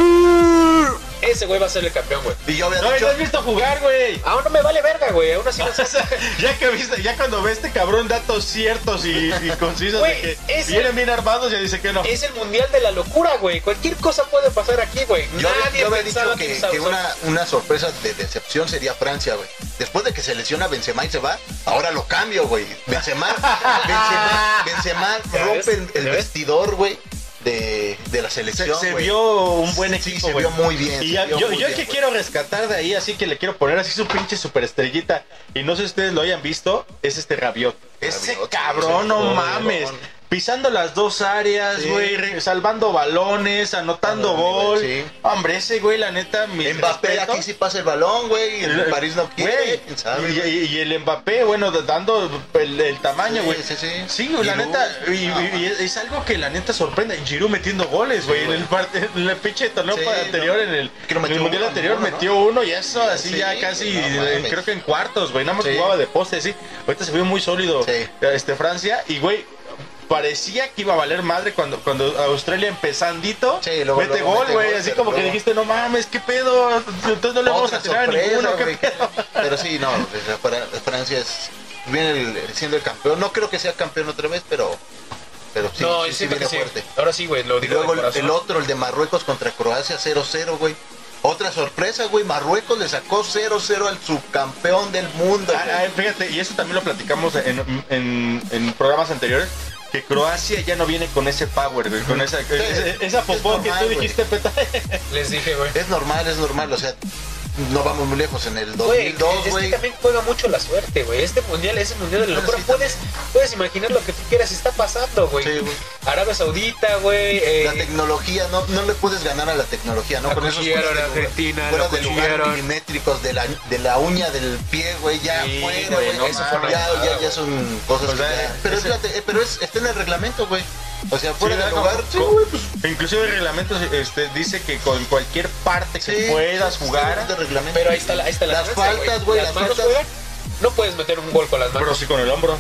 Ese güey va a ser el campeón, güey. Y yo había No, dicho... no has visto jugar, güey. Aún no me vale verga, güey. Aún así no sé. Ya que viste, ya cuando ve este cabrón datos ciertos y, y concisos Güey, de que ese- vienen bien armados, ya dice que no. Es el mundial de la locura, güey. Cualquier cosa puede pasar aquí, güey. Yo, Nadie yo había pensaba dicho que, esa- que una, una sorpresa de decepción sería Francia, güey. Después de que se lesiona Benzema y se va, ahora lo cambio, güey. Benzema, Benzema, Benzema ¿Ya rompe ves? el, el ¿Ya ves? vestidor, güey, de, de la Se, selección, se güey. vio un buen Sí, equipo, se güey. vio muy bien, Y se ya- vio yo, muy yo el bien, que güey. quiero rescatar de ahí, así que le quiero poner así su pinche superestrellita. Y no sé si ustedes lo hayan visto, es este Rabiot. Ese Rabiot, cabrón, sí, no ese mames. cabrón. Pisando las dos áreas, Sí. güey, re- salvando balones, anotando Ah, gol. sí. Hombre, ese güey, la neta, mis Mbappé respetos. aquí sí pasa el balón, güey. En El- París no quiere, güey, quién sabe. y, y- y el Mbappé, bueno, dando el, el tamaño, Sí, güey. sí, sí. Sí, güey, la Giroud, neta, y, no, y- y es, es algo que la neta sorprende. Giroud metiendo goles, güey. en el parte, en el pinche torneo Sí, anterior, no. en el, Creo en el metió mundial uno, anterior, uno, ¿no? metió uno y eso, así Sí, ya casi, no eh, mames. creo que en cuartos, güey. Nada más Sí. jugaba de poste, sí. Ahorita se vio muy sólido Sí. este Francia y, güey. Parecía que iba a valer madre cuando, cuando Australia empezandito Sí, luego- mete luego gol, mete güey. gol, Así pero como que luego- dijiste, no mames, qué pedo. Entonces no le vamos Otra a tirar a sorpresa, ninguno, qué güey. pedo. Pero sí, no, desde Fra- Francia es viene el- siendo el campeón. No creo que sea campeón otra vez, pero pero sí, no, sí, yo sí siento viene que sí. fuerte. Ahora sí, güey. Lo Y digo luego de el, corazón. el otro, el de Marruecos contra Croacia, cero cero, güey. Otra sorpresa, güey. Marruecos le sacó cero cero al subcampeón del mundo, Ah, güey. ah, fíjate, y eso también lo platicamos en, en, en programas anteriores, que Croacia ya no viene con ese power, güey, con esa, esa, esa popó es que normal, tú güey. dijiste, Peta. Les dije, güey. Es normal, es normal, o sea, no vamos muy lejos. En el Güey, dos mil dos, es güey. que también juega mucho la suerte, güey. Este mundial es el mundial de la Ah, locura. sí, puedes, puedes imaginar lo que tú quieras. Está pasando, güey. Sí, güey. Arabia Saudita, güey. Eh, La tecnología, no, no le puedes ganar a la tecnología, ¿no? Con esos Acuchillaron fueras a de lugar- Argentina, fuera lo de lugar acuchillaron. milimétricos de la, de la uña del pie, güey, ya Sí, fuera, güey, güey. no Eso mames, ya, nada, ya, ya güey. son cosas O sea, que ya- Pero ese- fíjate, eh, pero es, está en el reglamento, güey. O sea, fuera Sí, de ¿verdad? lugar, Como- sí, como- güey, pues. Inclusive el reglamento este, dice que con cualquier parte que Sí, puedas sí, jugar, está en el reglamento. pero ahí está la, ahí está la Las diferencia, faltas, güey, Las las manos, faltas. güey, no puedes meter un gol con las pero manos. sí con el hombro.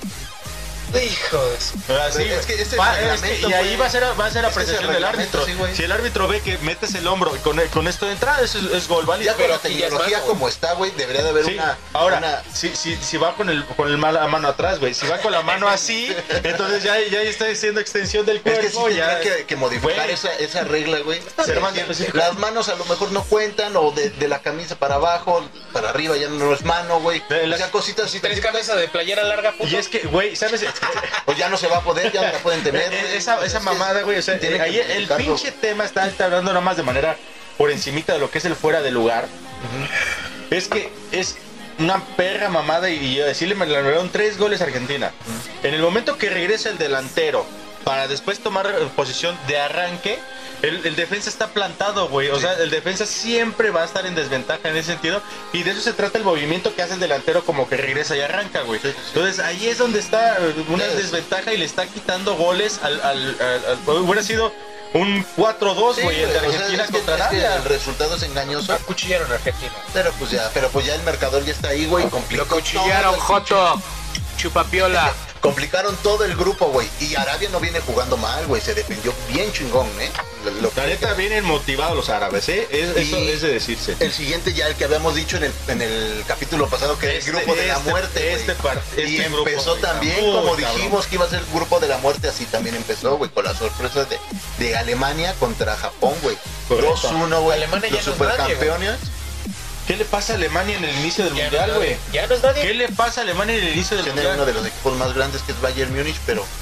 Hijo de su- Así, Pero es que ese Va- reglamento, es que- y ahí güey. va a ser, va a ser Es que apreciación ese del reglamento, árbitro. sí, güey. Si el árbitro ve que metes el hombro y con, con esto de entrada, eso es, es gol válido. Ya con pero la aquí ya es tecnología mano, güey. como está, güey, debería de haber Sí, una. ahora, una- si, si, si va con el con el mal- la mano atrás, güey, si va con la mano así, entonces ya, ya está haciendo extensión del Es cuerpo. que sí ya, tendría que, que modificar Güey, esa, esa regla, güey. Ser más Decir, específico. las manos a lo mejor no cuentan, o de, de la camisa para abajo, para arriba ya no es mano, güey. De O las- sea, cositas Si así. traes cabeza de playera larga, puto. Y es que, güey, ¿sabes? O ya no se va a poder, ya no la pueden tener. güey. esa esa Es que mamada, güey, o sea, tienen que ahí el modificarlo. pinche tema está, está hablando nada más de manera por encimita de lo que es el fuera de lugar. Es que es una perra mamada y, y decirle me le anularon tres goles a Argentina. En el momento que regresa el delantero para después tomar eh, posición de arranque, el, el defensa está plantado, güey. O sea, el defensa siempre va a estar en desventaja en ese sentido. Y de eso se trata el movimiento que hace el delantero, como que regresa y arranca, güey. Sí, sí. Entonces ahí es donde está eh, una Sí. desventaja y le está quitando goles al... al, al- al- hubiera sido un cuatro dos, Sí, güey, el de güey, o sea, Argentina es que- contra es que Arabia. el resultado es engañoso, Acuchillaron a Argentina. pero pues ya, pero pues ya el marcador ya está ahí, güey. Lo Complicó acuchillaron, todo el- Joto. Chupapiola. Complicaron todo el grupo, güey. Y Arabia no viene jugando mal, güey. Se defendió bien chingón, ¿eh? Lo- lo- La neta vienen motivados los árabes, ¿eh? Es, eso Y es de decirse. El siguiente ya el que habíamos dicho en el, en el capítulo pasado, que es Este- el grupo de la este- muerte, güey. este par- Y este grupo, empezó güey, también, muy como cabrón. dijimos que iba a ser el grupo de la muerte, así también empezó, güey, con la sorpresa de, de Alemania contra Japón, güey. Correcto. dos uno, güey. Alemania ya Los no es nadie, supercampeones. ¿Qué le pasa a Alemania en el inicio del Ya no mundial, es güey? nadie. Ya no es nadie. ¿Qué le pasa a Alemania en el inicio del Tiene mundial? uno de los equipos más grandes que es Bayern Múnich, pero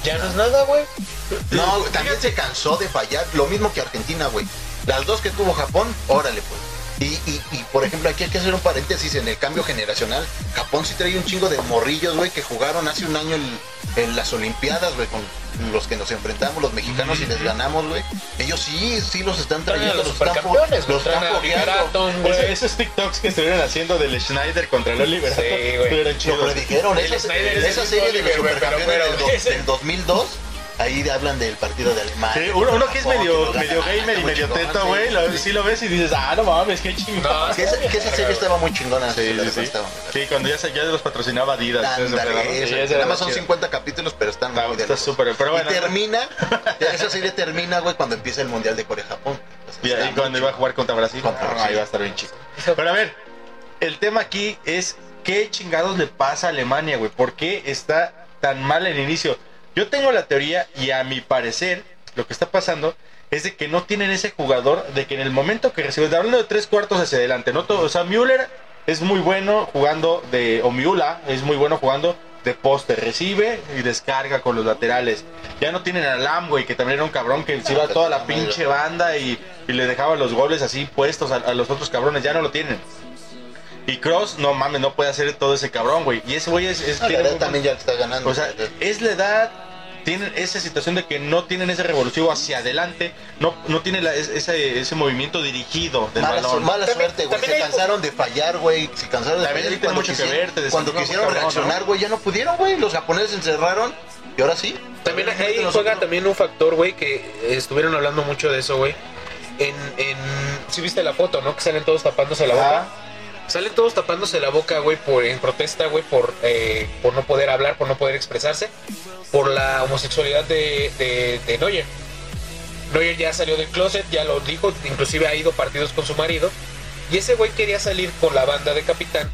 ya no es nada, güey. No, también se cansó de fallar, lo mismo que Argentina, güey. Las dos que tuvo Japón, órale, pues. Y, y, y, por ejemplo, aquí hay que hacer un paréntesis en el cambio generacional. Japón sí trae un chingo de morrillos, güey, que jugaron hace un año en, en las Olimpiadas, güey, con los que nos enfrentamos los mexicanos y les ganamos, güey. Ellos sí, sí los están trayendo, los los están, supercampeones, los están fogueando. Esos, esos TikToks que estuvieron haciendo del Schneider contra el Oliver. Sí, güey. Lo predijeron, esa, esa serie de los supercampeones del, do, del dos mil dos. Ahí hablan del partido de Alemania. Sí, uno, uno que es medio, que medio gamer y medio teto, güey. Sí. sí lo ves y dices, ah, no mames, qué chingón. No, que, esa, que esa serie estaba muy chingona. Sí, sí, sí. Estaba, sí, cuando ya, ya los patrocinaba Adidas. Andale, esa, sí, nada más son cincuenta capítulos, pero están no, muy está súper, pero bueno. Y termina, esa serie termina, güey, cuando empieza el Mundial de Corea-Japón. Y ahí cuando iba a jugar contra Brasil, contra Brasil. Ahí va a estar bien chido. Pero a ver, el tema aquí es, ¿qué chingados le pasa a Alemania, güey? ¿Por qué está tan mal el inicio? Yo tengo la teoría, y a mi parecer, lo que está pasando es de que no tienen ese jugador de que en el momento que reciben, hablando de tres cuartos hacia adelante, ¿no? Todo, o sea, Müller es muy bueno jugando de, o Müller es muy bueno jugando de poste, recibe y descarga con los laterales. Ya no tienen a Lam, güey, que también era un cabrón que se iba toda la pinche banda y, y le dejaba los goles así puestos a, a los otros cabrones, ya no lo tienen. Y Kroos, no mames, no puede hacer todo ese cabrón, güey. Y ese güey es... es no, la edad también ya está ganando. O sea, es la edad... Tienen esa situación de que no tienen ese revulsivo hacia adelante, no, no tienen la, ese, ese movimiento dirigido del mala, balón. Mala suerte, güey. Se cansaron de fallar, güey. Se cansaron de fallar. Tiene mucho que ver. Te cuando quisieron reaccionar, güey, ya no pudieron, güey. Los japoneses se encerraron y ahora sí. También ahí juega también un factor, güey, que estuvieron hablando mucho de eso, güey. En, en, si viste la foto, ¿no? Que salen todos tapándose la boca. Ah. Salen todos tapándose la boca, güey, por, en protesta, güey, por, eh, por no poder hablar, por no poder expresarse, por la homosexualidad de, de, de Neuer. Neuer ya salió del closet, ya lo dijo, inclusive ha ido a partidos con su marido. Y ese güey quería salir con la banda de capitán,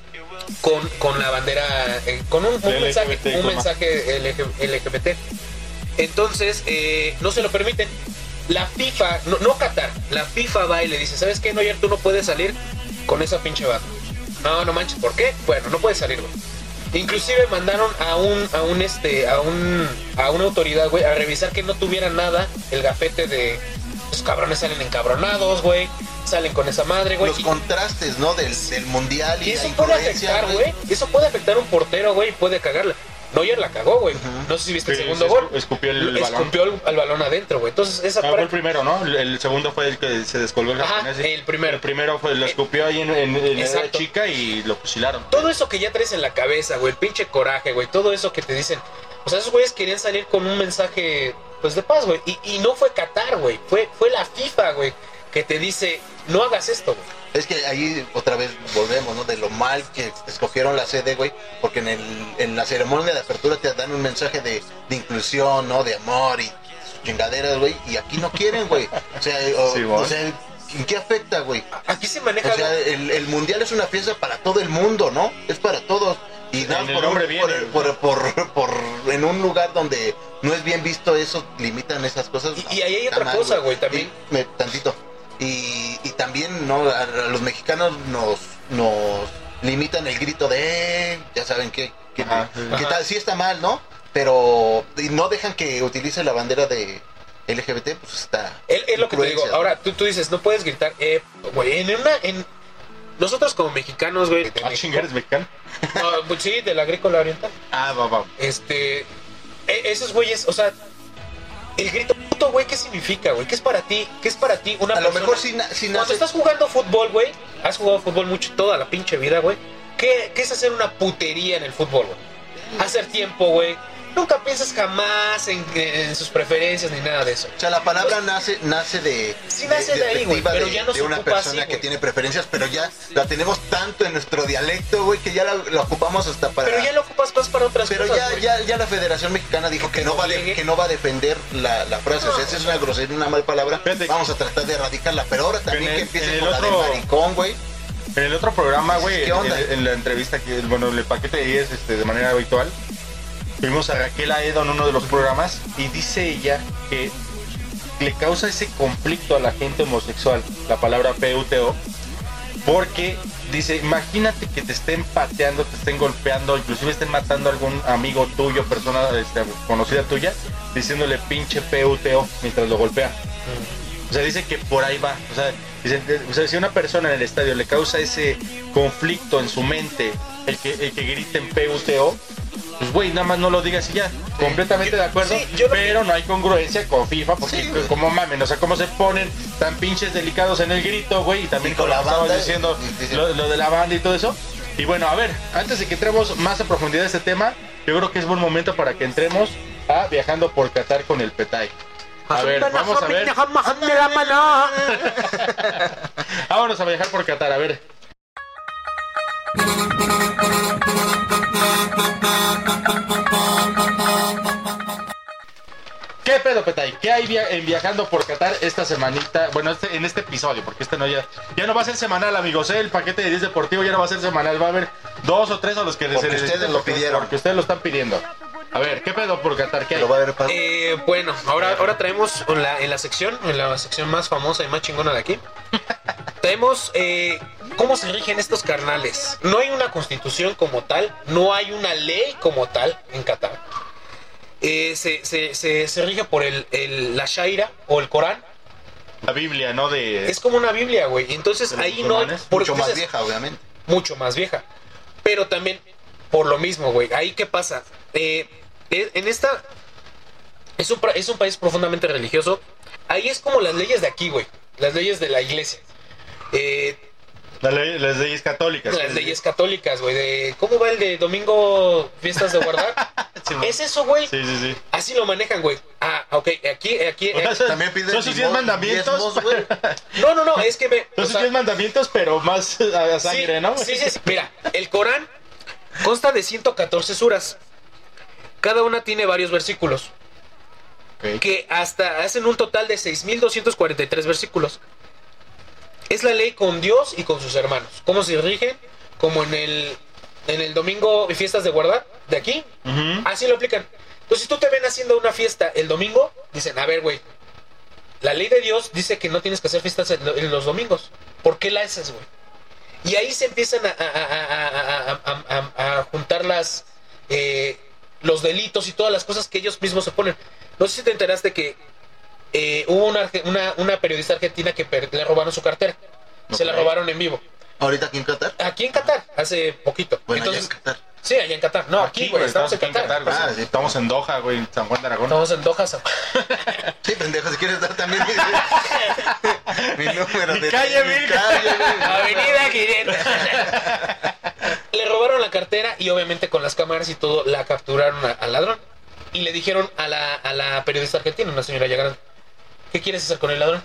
con, con la bandera, eh, con un, un mensaje, un mensaje L G B T. Entonces, eh, no se lo permiten. La FIFA, no, no Qatar, la FIFA va y le dice, ¿sabes qué, Neuer? Tú no puedes salir con esa pinche banda. No, no manches, ¿por qué? Bueno, no puede salir, güey. Inclusive mandaron a un, a un este, a un, a una autoridad, güey, a revisar que no tuviera nada el gafete de los cabrones salen encabronados, güey, salen con esa madre, güey. Los y, contrastes, ¿no? Del, del mundial y, y eso puede afectar, güey. Eso puede afectar a un portero, güey, puede cagarla. Neuer la cagó, güey. Uh-huh. No sé si viste sí, el segundo gol. Escupió el escupió balón. El, el balón adentro, güey. Entonces, esa ah, fue el primero, ¿no? El segundo fue el que se descolgó el japonés. Ajá, el primero. El primero fue, lo escupió ahí en, en, en la chica y lo fusilaron. Todo eso que ya traes en la cabeza, güey. El pinche coraje, güey. Todo eso que te dicen. O sea, esos güeyes querían salir con un mensaje, pues, de paz, güey. Y, y no fue Qatar, güey. Fue, fue la FIFA, güey, que te dice, no hagas esto, güey. Es que ahí otra vez volvemos, ¿no? De lo mal que escogieron la sede, güey. Porque en el en la ceremonia de apertura te dan un mensaje de, de inclusión, ¿no? De amor y chingaderas, güey. Y aquí no quieren, güey. O sea, o, sí, o sea, ¿en qué afecta, güey? Aquí se maneja... O sea, el, el mundial es una fiesta para todo el mundo, ¿no? Es para todos. Y nada, por, un, por, por, por, por en un lugar donde no es bien visto eso, limitan esas cosas. Y, y ahí hay otra mal, cosa, güey, también. Y, me, tantito. Y, y también, ¿no? A, a los mexicanos nos, nos limitan el grito de, eh, ya saben que, que, ajá, que ajá. Tal, sí está mal, ¿no? Pero y no dejan que utilice la bandera de L G B T, pues está. Es, es lo que te digo. Ahora, tú, tú dices, no puedes gritar, eh, güey, en una, en nosotros como mexicanos, güey. ¿Ah, chingar es mexicano? No, pues sí, del agrícola oriental. Ah, va, va. Este, esos güeyes, o sea, el grito, puto, güey, ¿qué significa, güey? ¿Qué es para ti? ¿Qué es para ti una a persona? A lo mejor si, na, si Cuando nace... estás jugando fútbol, güey, has jugado fútbol mucho toda la pinche vida, güey. ¿Qué, ¿Qué es hacer una putería en el fútbol, güey? Hacer tiempo, güey. Nunca piensas jamás en, en sus preferencias ni nada de eso. O sea, la palabra pues, nace nace de... Sí, nace de, de ahí, güey, pero de, ya no de una persona así, que tiene preferencias, pero ya la tenemos tanto en nuestro dialecto, güey, que ya la, la ocupamos hasta para... Pero ya lo ocupas más para otras pero cosas, Pero ya, ya, ya la Federación Mexicana dijo que, que no, va de, que no va a defender la, la frase. No. O sea, esa es una grosería, una mal palabra. Fíjate. Vamos a tratar de erradicarla, pero ahora también el, que empiece con otro... la de maricón, güey. En el otro programa, güey, en, en, en la entrevista que, bueno, el paquete de diez, este, de manera habitual, vimos a Raquel Aedo en uno de los programas y dice ella que le causa ese conflicto a la gente homosexual, la palabra P U T O, Porque dice, imagínate que te estén pateando, te estén golpeando, inclusive estén matando a algún amigo tuyo, persona este, conocida tuya, diciéndole pinche P U T O mientras lo golpea. Mm. O sea, dice que por ahí va. O sea, dice, o sea, si una persona en el estadio le causa ese conflicto en su mente, el que, el que griten P U T O, pues güey, nada más no lo digas y ya. Sí. Completamente yo, de acuerdo, sí, yo pero no hay congruencia con FIFA, porque sí, como mamen, o sea, cómo se ponen tan pinches delicados en el grito, güey, y también con la banda diciendo lo, lo de la banda y todo eso. Y bueno, a ver, antes de que entremos más a profundidad de este tema, yo creo que es buen momento para que entremos a Viajando por Qatar con el Petay. A ver, vamos a ver. Vámonos a viajar por Qatar, a ver. ¿Qué pedo, Petay? ¿Qué hay via- en Viajando por Qatar esta semanita? Bueno, este, en este episodio, porque este no ya, ya no va a ser semanal, amigos, ¿eh? El paquete de diez deportivo ya no va a ser semanal, va a haber dos o tres a los que porque se les ustedes lo pidieron. Porque ustedes lo están pidiendo. A ver, ¿qué pedo por Qatar? ¿Qué hay? Va a haber eh, bueno, ahora, ahora traemos en la, en la sección, en la sección más famosa y más chingona de aquí. Traemos eh, cómo se rigen estos carnales. No hay una constitución como tal, no hay una ley como tal en Qatar. Eh, se, se, se, se rige por el, el, la Sharia o el Corán. La Biblia, ¿no? De... Es como una Biblia, güey. Entonces ahí no hay... Mucho más vieja, obviamente. Mucho más vieja. Pero también por lo mismo, güey. Ahí, ¿qué pasa? Eh, en esta... Es un, es un país profundamente religioso. Ahí es como las leyes de aquí, güey. Las leyes de la iglesia. Eh... La ley, las leyes católicas. Las leyes católicas, güey. De, ¿cómo va el de domingo fiestas de guardar? Sí, es eso, güey. Sí, sí, sí. Así lo manejan, güey. Ah, ok. Aquí, aquí. O sea, son, también piden son sus diez mandamientos. Diezmos, no, no, no. Es que me. Son sus diez mandamientos, pero más a sangre, sí, ¿no? Sí, sí, sí. Mira, el Corán consta de ciento catorce suras. Cada una tiene varios versículos. Okay. Que hasta hacen un total de seis mil doscientos cuarenta y tres versículos. Es la ley con Dios y con sus hermanos. ¿Cómo se rigen? Como en el en el domingo y fiestas de guardar de aquí. Uh-huh. Así lo aplican. Entonces, si tú te ven haciendo una fiesta el domingo, dicen, a ver, güey, la ley de Dios dice que no tienes que hacer fiestas en, en los domingos. ¿Por qué la haces, güey? Y ahí se empiezan a, a, a, a, a, a, a juntar las, eh, los delitos y todas las cosas que ellos mismos se ponen. No sé si te enteraste que Eh, hubo una, una, una periodista argentina que per- le robaron su cartera. Okay. Se la robaron en vivo. ¿Ahorita aquí en Qatar? Aquí en Qatar, hace poquito. Bueno, entonces, allá en Qatar. Sí, allá en Qatar. No, aquí, güey, estamos, estamos en Qatar. Qatar ah, sí, estamos en Doha, güey, en San Juan de Aragón. Estamos en Doha, San... Sí, pendejo, si quieres dar también mi, mi número mi de... calle, mi calle, Avenida quinientos. Le robaron la cartera y obviamente con las cámaras y todo la capturaron a, al ladrón. Y le dijeron a la, a la periodista argentina, una señora ya grande, ¿qué quieres hacer con el ladrón?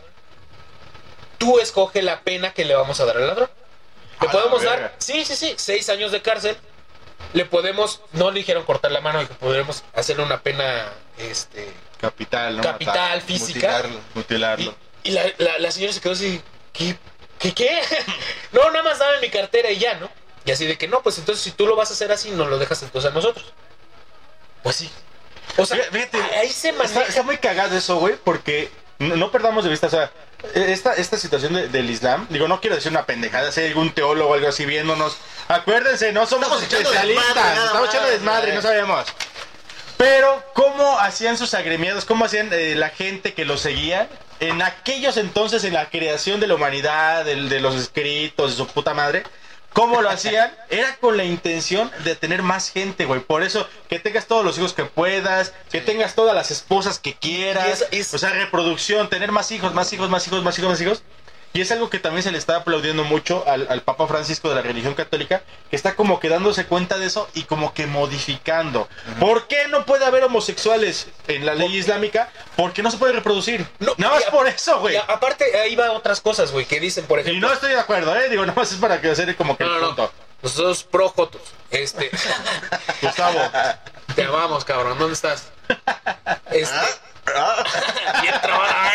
Tú escoge la pena que le vamos a dar al ladrón. Le podemos dar, sí, sí, sí, seis años de cárcel. Le podemos, no le dijeron cortar la mano, y que podremos hacerle una pena, este... Capital, ¿no? Capital, matar, física. Mutilarlo. Mutilarlo. Y, y la, la, la señora se quedó así, ¿qué? ¿Qué? ¿Qué? No, nada más dame mi cartera y ya, ¿no? Y así de que, no, pues entonces si tú lo vas a hacer así, nos lo dejas entonces a nosotros. Pues sí. O sea, fíjate, ahí se maneja. Está, está muy cagado eso, güey, porque no, no perdamos de vista, o sea, esta, esta situación de, del Islam, digo, no quiero decir una pendejada, si hay algún teólogo o algo así viéndonos, acuérdense, no somos estamos especialistas, desmadre, estamos echando desmadre, no sabemos. Pero, ¿cómo hacían sus agremiados? ¿Cómo hacían eh, la gente que los seguía? En aquellos entonces, en la creación de la humanidad, de, de los escritos, de su puta madre, ¿cómo lo hacían? Era con la intención de tener más gente, güey. Por eso, que tengas todos los hijos que puedas, que sí. tengas todas las esposas que quieras. Es, es... O sea, reproducción, tener más hijos, más hijos, más hijos, más hijos, más hijos. Y es algo que también se le está aplaudiendo mucho al, al Papa Francisco de la religión católica, que está como que dándose cuenta de eso y como que modificando. Uh-huh. ¿Por qué no puede haber homosexuales en la ley islámica? Porque no se puede reproducir. No, nada más a, por eso, güey. Aparte, ahí va otras cosas, güey, que dicen, por ejemplo... Y no estoy de acuerdo, ¿eh? Digo, nada más es para que hacer como que no, el no, punto. No. Nosotros pro jotos. Este... Gustavo. Te amamos, cabrón. ¿Dónde estás? Este... Bien trabajado.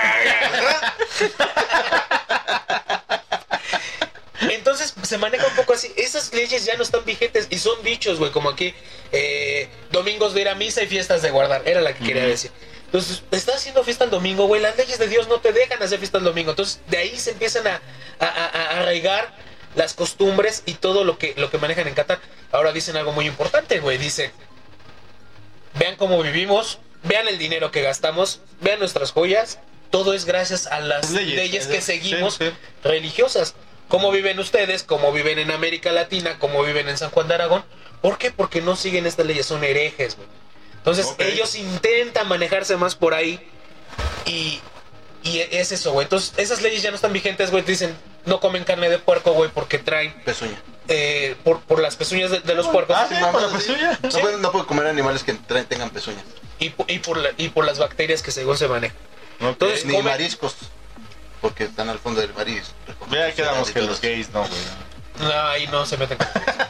Entonces se maneja un poco así. Esas leyes ya no están vigentes y son dichos, güey, como aquí eh, domingos de ir a misa y fiestas de guardar. Era la que quería uh-huh. decir. Entonces, estás haciendo fiesta el domingo, güey. Las leyes de Dios no te dejan hacer fiesta el domingo. Entonces, de ahí se empiezan a, a, a, a arraigar las costumbres y todo lo que, lo que manejan en Qatar. Ahora dicen algo muy importante, güey. Dice, vean cómo vivimos, vean el dinero que gastamos, vean nuestras joyas. Todo es gracias a las leyes, leyes que seguimos, sí, sí. religiosas. ¿Cómo viven ustedes? ¿Cómo viven en América Latina? ¿Cómo viven en San Juan de Aragón? ¿Por qué? Porque no siguen estas leyes, son herejes, güey. Entonces okay. ellos intentan manejarse más por ahí y, y es eso, güey. Entonces esas leyes ya no están vigentes, güey. Dicen, no comen carne de puerco, güey, porque traen... Pezuña. Eh, por, por las pezuñas de, de los puercos. Ah, sí, por la pezuña. No, sí. pueden, no pueden comer animales que traen, tengan pezuñas. Y, y, por la, y por las bacterias que según se manejan. Okay. Entonces, Ni comen... mariscos, porque están al fondo del mar y... Ya quedamos que los gays no, güey. No, ahí no se meten con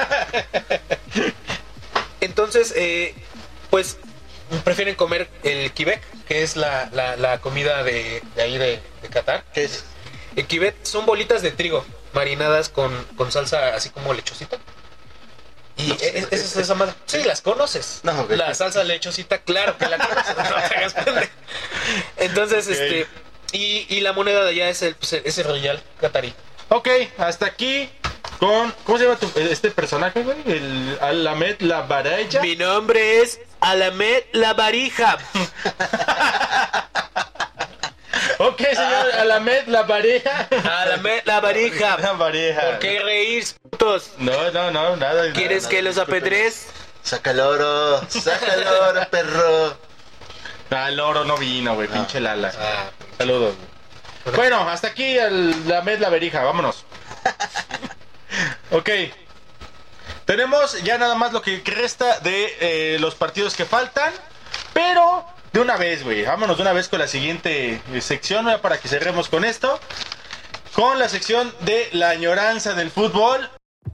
Entonces, eh, pues, prefieren comer el kibek, que es la, la, la comida de, de ahí de, de Qatar. ¿Qué es? El kibek son bolitas de trigo marinadas con, con salsa así como lechosita. Y no, es, es, es esa madre. Sí, las conoces. No, okay. La salsa lechosita, claro que la conoces. No te hagas pendejo. Entonces, okay. este... Y, y la moneda de allá es el, pues, es el real qatarí. Ok, hasta aquí con... ¿Cómo se llama tu, este personaje, güey? El Alamed Lavarija. Mi nombre es Alamed Lavarija. Ok, señor Alamed Lavarija. Alamed Lavarija. Lavarija. ¿Por qué reír, putos? No, no, no, nada. ¿Quieres nada, que nada, los apedrees? Saca el oro, saca el oro, perro. Ah, el oro no vino, güey, no. Pinche Lala. Ah, saludos. Güey. Bueno, hasta aquí el, la med la verija, vámonos. Ok. Tenemos ya nada más lo que resta de eh, los partidos que faltan. Pero de una vez, güey. Vámonos de una vez con la siguiente sección, ¿no? Para que cerremos con esto. Con la sección de la añoranza del fútbol.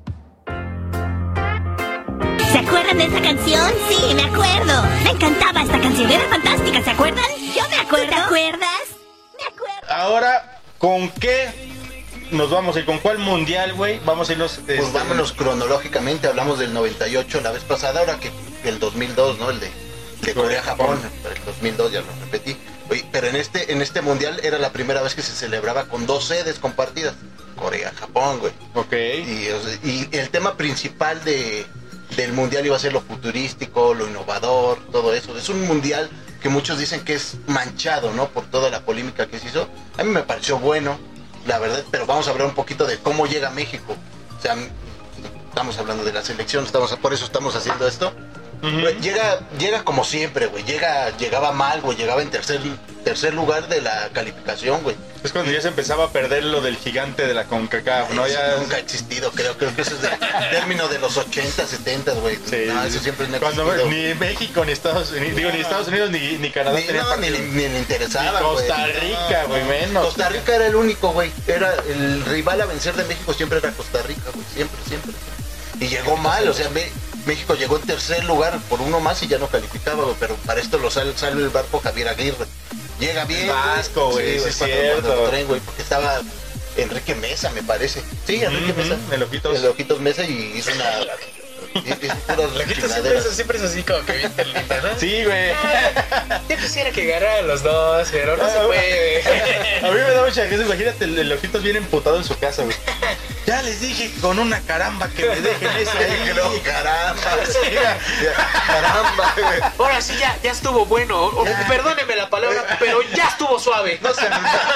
¿Se acuerdan de esa canción? Sí, me acuerdo. Me encantaba esta canción, era fantástica, ¿se acuerdan? Yo me acuerdo. ¿Te acuerdas? Me acuerdo. Ahora, ¿con qué nos vamos a ir? ¿Con cuál mundial, güey? Vamos a irnos... Pues este... vámonos cronológicamente, hablamos del noventa y ocho la vez pasada, ahora que el dos mil dos, ¿no? El de, de Corea-Japón, el dos mil dos ya lo repetí. Oye, pero en este, en este mundial era la primera vez que se celebraba con dos sedes compartidas. Corea-Japón, güey. Ok. Y, o sea, y el tema principal de... del mundial iba a ser lo futurístico, lo innovador, todo eso. Es un mundial que muchos dicen que es manchado, ¿no? Por toda la polémica que se hizo. A mí me pareció bueno, la verdad, pero vamos a hablar un poquito de cómo llega México. O sea, estamos hablando de la selección, estamos, por eso estamos haciendo esto. Uh-huh. Llega, llega como siempre, güey. Llega, llegaba mal, güey. Llegaba en tercer, tercer lugar de la calificación, güey. Es cuando ya se empezaba a perder lo del gigante de la CONCACAF, ¿no? Eso ya nunca ha existido, creo. Creo que eso es de término de los ochenta, setenta, güey. Sí. No, eso siempre no ha cuando existido. Ni México, ni Estados Unidos, digo, ni Estados Unidos, ni, ni Canadá ni, no, ni, ni le interesaba, ni Costa güey. Rica, güey, no, menos. Costa Rica era el único, güey. Era el rival a vencer de México, siempre era Costa Rica, güey. Siempre, siempre. Y llegó mal, o sea, me... México llegó en tercer lugar por uno más y ya no calificaba, güey, pero para esto lo sale, sale el barco Javier Aguirre. Llega bien. Vasco, güey, sí, sí, es cierto. Tren, güey, porque estaba Enrique Mesa, me parece. Sí, Enrique uh-huh. Mesa. El Ojitos. El Ojitos Mesa y hizo una... Ojitos siempre es, siempre es así como que bien perlita, ¿no? Sí, güey. Yo quisiera que ganaran los dos, pero no ah, se puede. A mí me da mucha risa, imagínate el, el Ojitos bien emputado en su casa, güey. Ya les dije con una caramba que me dejen esa ahí. No, caramba. Sí, caramba, güey. Ahora sí, ya, ya estuvo bueno. Ya. Perdóneme la palabra, pero ya estuvo suave. No se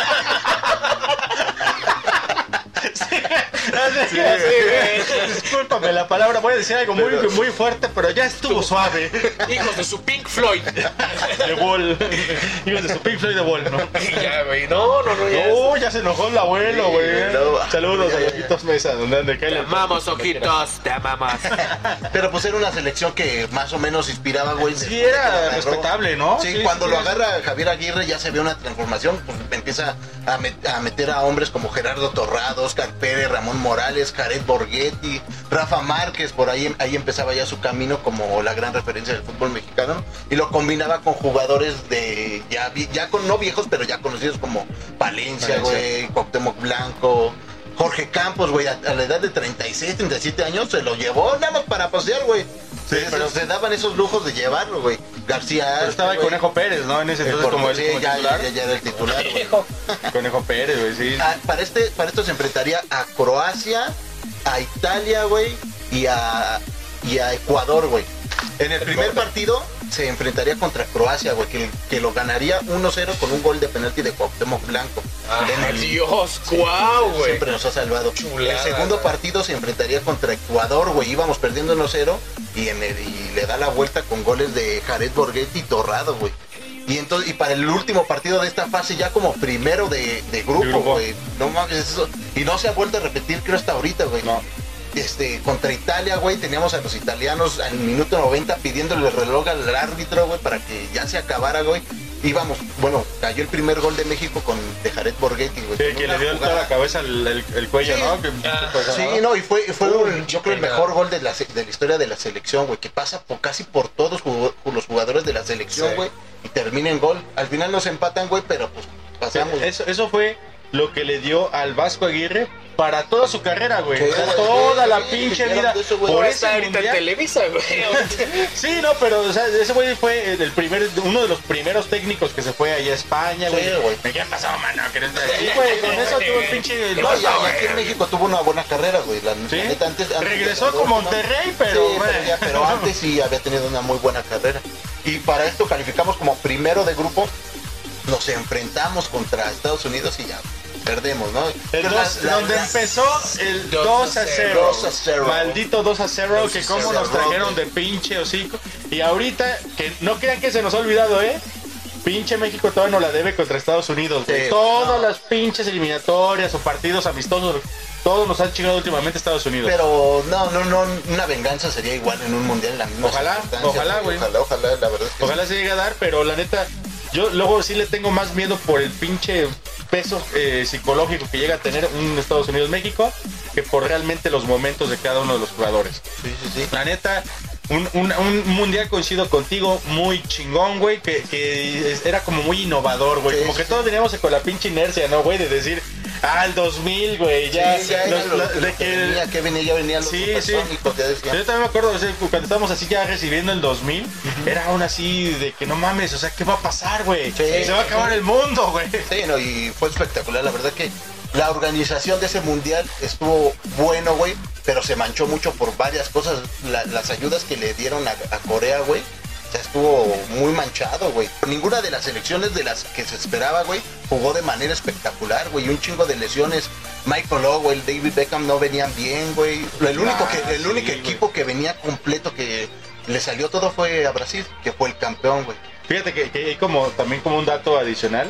Sí, sí, sí, discúlpame la palabra, voy a decir algo muy, pero... muy fuerte, pero ya estuvo suave. Hijos de su Pink Floyd. De Wall. Hijos de su Pink Floyd de Wall, ¿no? Ya, güey, no, no, no. Ya, no, ya se enojó el abuelo, güey. Sí, no. Saludos a Ojitos Mesa, donde ande. Te amamos, Ojitos, te amamos. Pero pues era una selección que más o menos inspiraba, güey. Sí, era respetable, ¿no? Sí, sí cuando sí, lo sí. agarra Javier Aguirre ya se ve una transformación, pues empieza a, met- a meter a hombres como Gerardo Torrado, Oscar Pérez, Ramón Morales, Jared Borghetti, Rafa Márquez, por ahí, ahí empezaba ya su camino como la gran referencia del fútbol mexicano, y lo combinaba con jugadores de ya, ya con no viejos, pero ya conocidos como Palencia, güey, Cuauhtémoc Blanco, Jorge Campos, güey, a, a la edad de treinta y seis, treinta y siete años se lo llevó nada más para pasear, güey. Sí, se, pero se daban esos lujos de llevarlo, güey. García. Pero estaba el Conejo Pérez, ¿no? En ese entonces, como él, sí, como ya, titular. Ya, ya era el titular, güey. Conejo Pérez, güey, sí. Ah, para este, para esto se enfrentaría a Croacia a Italia, güey, y a, y a Ecuador, güey. En el primer partido se enfrentaría contra Croacia, güey, que, que lo ganaría uno cero con un gol de penalti de Cuauhtémoc Blanco. Ah, en el, Dios, guau, güey. Siempre nos ha salvado. Chulada, el segundo güey. partido se enfrentaría contra Ecuador, güey, íbamos perdiendo uno cero y, en el, y le da la vuelta con goles de Jared Borghetti y Torrado, güey. Y entonces, y para el último partido de esta fase, ya como primero de, de grupo, güey. No mames, eso. Y no se ha vuelto a repetir, creo, hasta ahorita, güey. No. Este, contra Italia, güey, teníamos a los italianos al minuto noventa pidiéndole el reloj al árbitro, güey, para que ya se acabara, güey. Íbamos, bueno, cayó el primer gol de México con de Jared Borghetti, güey. Sí, que le dio toda la cabeza el, el, el cuello, sí. ¿no? Que, ah, pues, sí, ¿no? no, y fue, fue uh, un, yo creo el mejor gol de la, de la historia de la selección, güey, que pasa por casi por todos los jugadores de la selección, güey, sí. Y termina en gol. Al final nos empatan, güey, pero pues pasamos. Eso, eso fue lo que le dio al Vasco Aguirre para toda su carrera, güey. Sí, o sea, güey, toda sí, la sí, pinche sí, vida. eso, por Por ese está ahorita en Televisa, güey. Sí, no, pero o sea, ese güey fue el primer, uno de los primeros técnicos que se fue allá a España, güey. Sí, güey. ¿Me qué ha pasado, mano? Que no sí, güey, con eso tuvo el pinche. No, ya, ya aquí en México tuvo una buena carrera, güey. La, ¿Sí? la neta, antes, antes regresó con Monterrey, pero, sí, pero, ya, pero antes sí había tenido una muy buena carrera. Y para esto calificamos como primero de grupo. Nos enfrentamos contra Estados Unidos y ya perdemos, ¿no? El dos, la, donde la, empezó el dos a cero. Maldito dos a cero, que como nos trajeron de pinche hocico. Y ahorita, que no crean que se nos ha olvidado, ¿eh? Pinche México todavía no la debe contra Estados Unidos. Sí, todas no. las pinches eliminatorias o partidos amistosos, todos nos han chingado últimamente Estados Unidos. Pero no, no, no, una venganza sería igual en un mundial en la misma Ojalá, ojalá, güey. Ojalá, ojalá, la verdad es que ojalá sí. se llegue a dar, pero la neta, yo luego sí le tengo más miedo por el pinche peso eh, psicológico que llega a tener un Estados Unidos-México que por realmente los momentos de cada uno de los jugadores. Sí, sí, sí. La neta, un, un, un mundial, coincido contigo, muy chingón, güey, que, que era como muy innovador, güey. Sí, como sí, que todos veníamos con la pinche inercia, ¿no, güey? De decir, ah, el dos mil, güey, ya. Sí, ya los, lo, lo, de lo, que, que venía, que venía, ya venían los sí, sí. Ya decían. Yo también me acuerdo, o sea, cuando estábamos así ya recibiendo el dos mil, uh-huh. Era aún así de que no mames, o sea, ¿qué va a pasar, güey? Sí, se va a acabar el mundo, güey. Sí, no, y fue espectacular, la verdad que la organización de ese mundial estuvo bueno, güey, pero se manchó mucho por varias cosas. La, las ayudas que le dieron a, a Corea, güey, o sea, estuvo muy manchado, güey. Ninguna de las selecciones de las que se esperaba, güey, jugó de manera espectacular, güey. Un chingo de lesiones. Michael Owen, David Beckham no venían bien, güey. El único, ah, que, el sí, único equipo que venía completo, que le salió todo, fue a Brasil, que fue el campeón, güey. Fíjate que, que hay como, también como un dato adicional.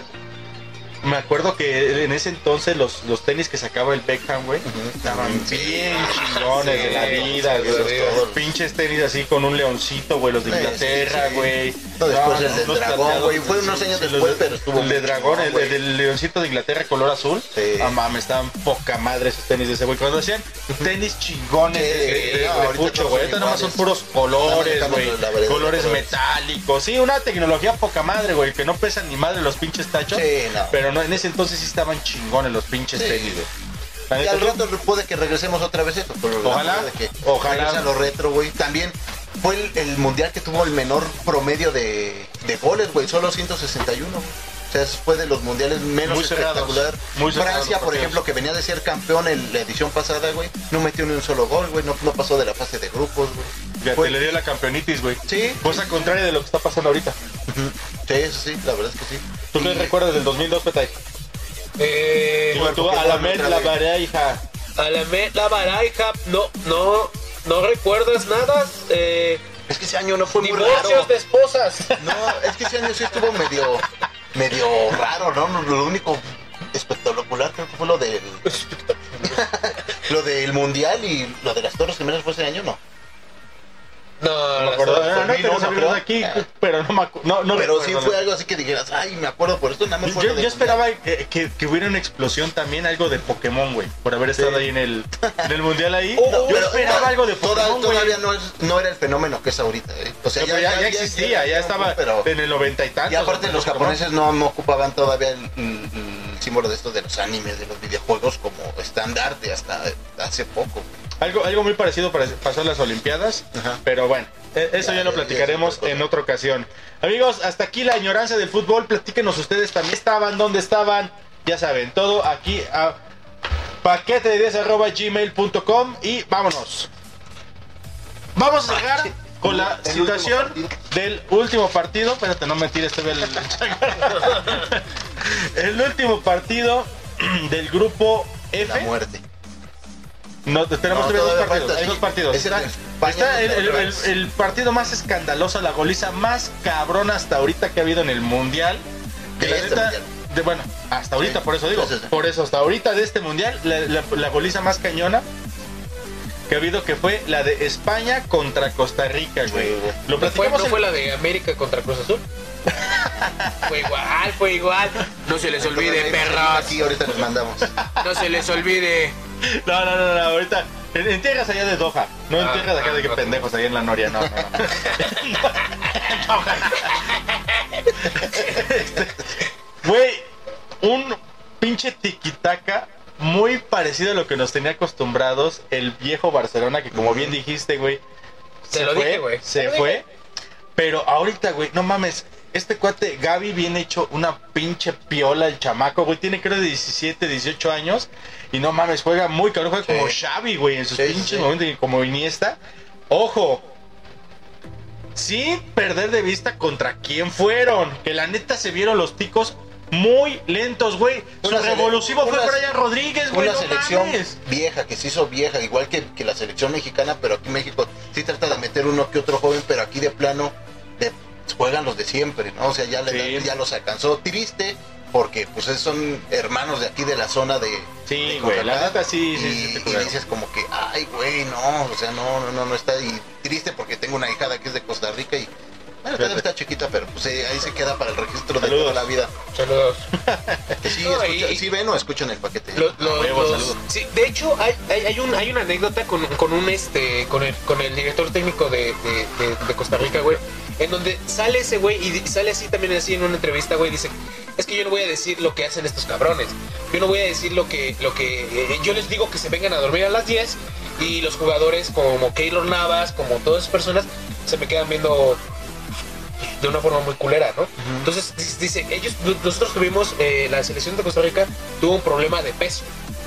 Me acuerdo que en ese entonces los, los tenis que sacaba el Beckham, güey, uh-huh. estaban sí, bien chingones sí, de la vida, sí, güey. Los, los pinches tenis así con un leoncito, güey, los de Inglaterra, güey. Sí, sí. No, después no, el del dragón, güey. Fue unos años sí, después, de, pero estuvo. El de dragón, el, el del leoncito de Inglaterra color azul. Sí. Ah, mames, estaban poca madre esos tenis de ese güey. Cuando hacían tenis chingones sí, de, de, de, no, de pucho, güey. Ahorita nomás son puros colores, güey. Colores, colores metálicos. Sí, una tecnología poca madre, güey, que no pesan ni madre los pinches tachos. Sí, no. Pero no, en ese entonces sí estaban chingones los pinches sí. tenis, güey. Y al rato puede que regresemos otra vez esto. Ojalá, de que ojalá. A lo retro, güey. También fue el, el mundial que tuvo el menor promedio de, de goles, güey. Solo ciento sesenta y uno, güey. O sea, fue de los mundiales menos muy espectacular. Muy Francia, por ejemplo, que venía de ser campeón en la edición pasada, güey, no metió ni un solo gol, güey. No, no pasó de la fase de grupos, güey. Ya fue, te le dio la campeonitis, güey. Sí. Cosa contraria de lo que está pasando ahorita. Uh-huh. Sí, eso sí, la verdad es que sí. ¿Tú qué y... recuerdas del dos mil dos, Petay? Eh, Digo, tú, a la Met la Baraija. A la Met la Baraija, no, no, no recuerdas nada. Eh, es que ese año no fue muy raro. Divorcios de esposas. No, es que ese año sí estuvo medio, medio raro, ¿no? Lo único espectacular creo que fue lo del, lo del mundial y lo de las Torres Gemelas fue ese año, ¿no? No, no me acuerdo. No, no, no, no, no, aquí, pero no me acuerdo. No, no pero sí fue algo así que dijeras, ay, me acuerdo por esto, nada más fue Yo, yo esperaba que, que, que hubiera una explosión también, algo de Pokémon, güey, por haber estado sí. ahí en el, en el mundial ahí. Oh, yo pero, esperaba no, algo de Pokémon, toda, Todavía no, es, no era el fenómeno que es ahorita, ¿eh? O sea, ya, ya, ya existía, ya, ya, ya estaba pero, en el noventa y tantos. Y aparte los japoneses no, no ocupaban todavía el, el, el símbolo de esto de los animes, de los videojuegos como estandarte hasta hace poco. Algo, algo muy parecido pasó en las Olimpiadas, ajá. Pero bueno, eso ya, ya lo platicaremos ya en otra ocasión. Amigos, hasta aquí la ignorancia del fútbol. Platíquenos ustedes también estaban, dónde estaban, ya saben, todo aquí a paquete de diez arroba gmail punto com y vámonos. Vamos a llegar con la el situación último del último partido. Espérate, no me tires este el, el último partido del grupo F. La muerte. No, tenemos No, dos todavía partidos. falta, Hay sí. dos partidos. Es el Está, de España está el, contra el- Brasil. el- el partido más escandaloso, la goliza más cabrona hasta ahorita que ha habido en el mundial. Que De la este neta, mundial. de, bueno, hasta ahorita, Sí, por eso digo. sí, sí, sí. Por eso, hasta ahorita de este mundial, la, la- la goliza más cañona que ha habido, que fue la de España contra Costa Rica, güey. Sí, güey. Lo ¿No fue, platicamos ¿No en- fue la de América contra Cruz Azul? Fue igual, fue igual. No se les olvide, Entonces, perros. Aquí ahorita les mandamos. No se les olvide. No, no, no, no, ahorita. En, en tierras allá de Doha. No en Ah, tierras de acá ah, de que ok. pendejos, allá en la Noria, no, no, no. Este, Güey, un pinche tiquitaca muy parecido a lo que nos tenía acostumbrados el viejo Barcelona, que como bien dijiste, güey, Te se lo fue, dije, güey. Te se lo fue. dije. Pero ahorita, güey, no mames, este cuate Gaby viene hecho una pinche piola el chamaco, güey, tiene creo de diecisiete, dieciocho años y no mames, juega muy cabrón, juega Sí. como Xavi, güey, en sus Sí, pinches sí. momentos, y como Iniesta. Ojo, sin perder de vista contra quién fueron, que la neta se vieron los ticos muy lentos, güey. Su Una sele- revolusivo fue una- Brian Rodríguez, güey, Una no selección mames. vieja, que se hizo vieja, igual que, que la selección mexicana, pero aquí México sí trata de meter uno que otro joven, pero aquí de plano de, juegan los de siempre, ¿no? O sea, ya, la Sí. edad ya los alcanzó. Triste, porque pues esos son hermanos de aquí de la zona de... Sí, de güey, la CONCACAF, neta sí, sí, y, sí, sí, y culero. dices como que, ay, güey, no, o sea, no, no, no, no está... Y triste porque tengo una hijada que es de Costa Rica y... Bueno, todavía está chiquita, pero pues eh, ahí se queda para el registro de Saludos. toda la vida. Saludos. Que sí, No, escucha- y- sí ven o escuchan el paquete. Lo- lo- huevo, los- saludos. sí, de hecho hay, hay, hay un, hay una anécdota con, con un este con el, con el director técnico de, de, de- de Costa Rica, güey, en donde sale ese güey y di- sale así también así en una entrevista, güey, dice, es que yo no voy a decir lo que hacen estos cabrones, yo no voy a decir lo que lo que eh, yo les digo que se vengan a dormir a las diez y los jugadores como Keylor Navas, como todas esas personas se me quedan viendo de una forma muy culera, ¿no? Entonces dice, ellos, nosotros tuvimos, eh, la selección de Costa Rica tuvo un problema de peso.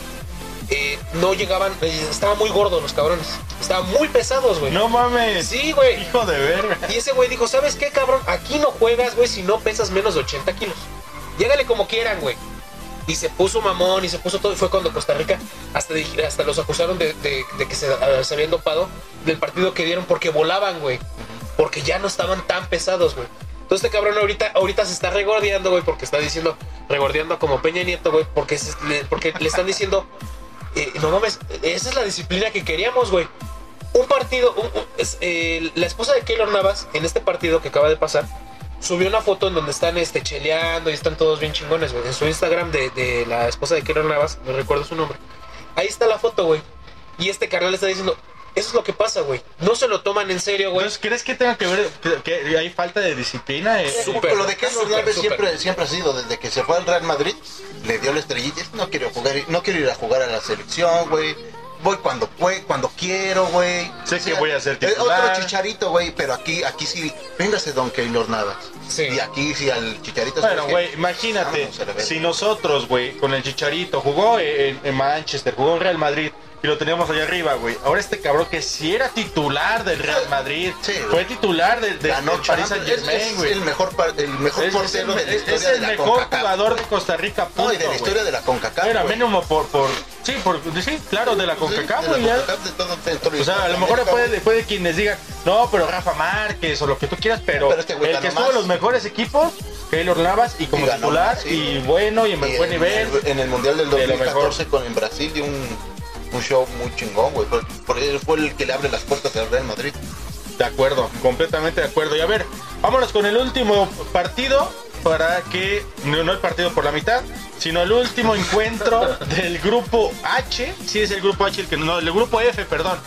Eh, no llegaban, eh, estaban muy gordos los cabrones, estaban muy pesados, güey. No mames. Sí, güey. Hijo de verga. Y ese güey dijo, ¿sabes qué, cabrón? Aquí no juegas, güey, si no pesas menos de ochenta kilos. Llégale como quieran, güey. Y se puso mamón y se puso todo. Y fue cuando Costa Rica hasta, dij- hasta los acusaron de, de- de que se, uh, se habían dopado del partido que dieron porque volaban, güey. Porque ya no estaban tan pesados, güey. Entonces este cabrón ahorita, ahorita se está regordeando, güey, porque está diciendo, regordeando como Peña Nieto, güey, porque, se- le, porque le están diciendo, eh, no mames, esa es la disciplina que queríamos, güey. Un partido, un- un- es, eh, la esposa de Keylor Navas, en este partido que acaba de pasar, subió una foto en donde están este, cheleando y están todos bien chingones, güey. En su Instagram de, de la esposa de Keylor Navas, no recuerdo su nombre. Ahí está la foto, güey. Y este carnal está diciendo, eso es lo que pasa, güey. No se lo toman en serio, güey. Entonces, ¿crees que tenga que ver que, que hay falta de disciplina? Eh, Súper. Lo de Keylor súper, Navas súper. siempre, siempre ha sido, desde que se fue al Real Madrid, le dio la estrellita, no quiero jugar, no quiero ir a jugar a la selección, güey. Voy cuando puedo, cuando quiero, güey. Sé que voy a ser eh, titular. Otro Chicharito, güey, pero aquí, aquí sí, véngase Don Keylor Navas. Sí. Y aquí sí al Chicharito. Bueno, ¿sabes qué? güey, imagínate, Vámonos a la verga. si nosotros, güey, con el Chicharito jugó en, en Manchester, jugó en Real Madrid y lo teníamos allá arriba, güey. Ahora este cabrón que si era titular del Real Madrid, Sí, güey. fue titular del de, Ganó del Paris Saint Champions. Es, Germain, es güey. el mejor, par- el mejor Es, es portero el, de la es- historia es de el la mejor CONCACAF. jugador de Costa Rica, punto, No, y de la güey. historia de la CONCACAF. Era güey. mínimo por, por, sí, por, sí, claro, de la Sí, CONCACAF, de güey, la ya. CONCACAF, de todo- de todo- O sea, a lo mejor puede, puede quienes digan, no, pero Rafa Márquez o lo que tú quieras, pero, Pero este güey el ganó que estuvo más. en los mejores equipos, Keylor Navas, y como Y ganó titular, más, sí. y bueno, y en Y buen en, nivel. el- en el Mundial del de dos lo mil catorce con, en Brasil dio un, un show muy chingón, güey. Por- Porque él fue el que le abre las puertas al Real Madrid. De acuerdo, completamente de acuerdo. Y a ver, vámonos con el último partido para que, no, no el partido por la mitad, sino el último encuentro del grupo H. Sí, es el grupo H, el que no, el grupo F, perdón.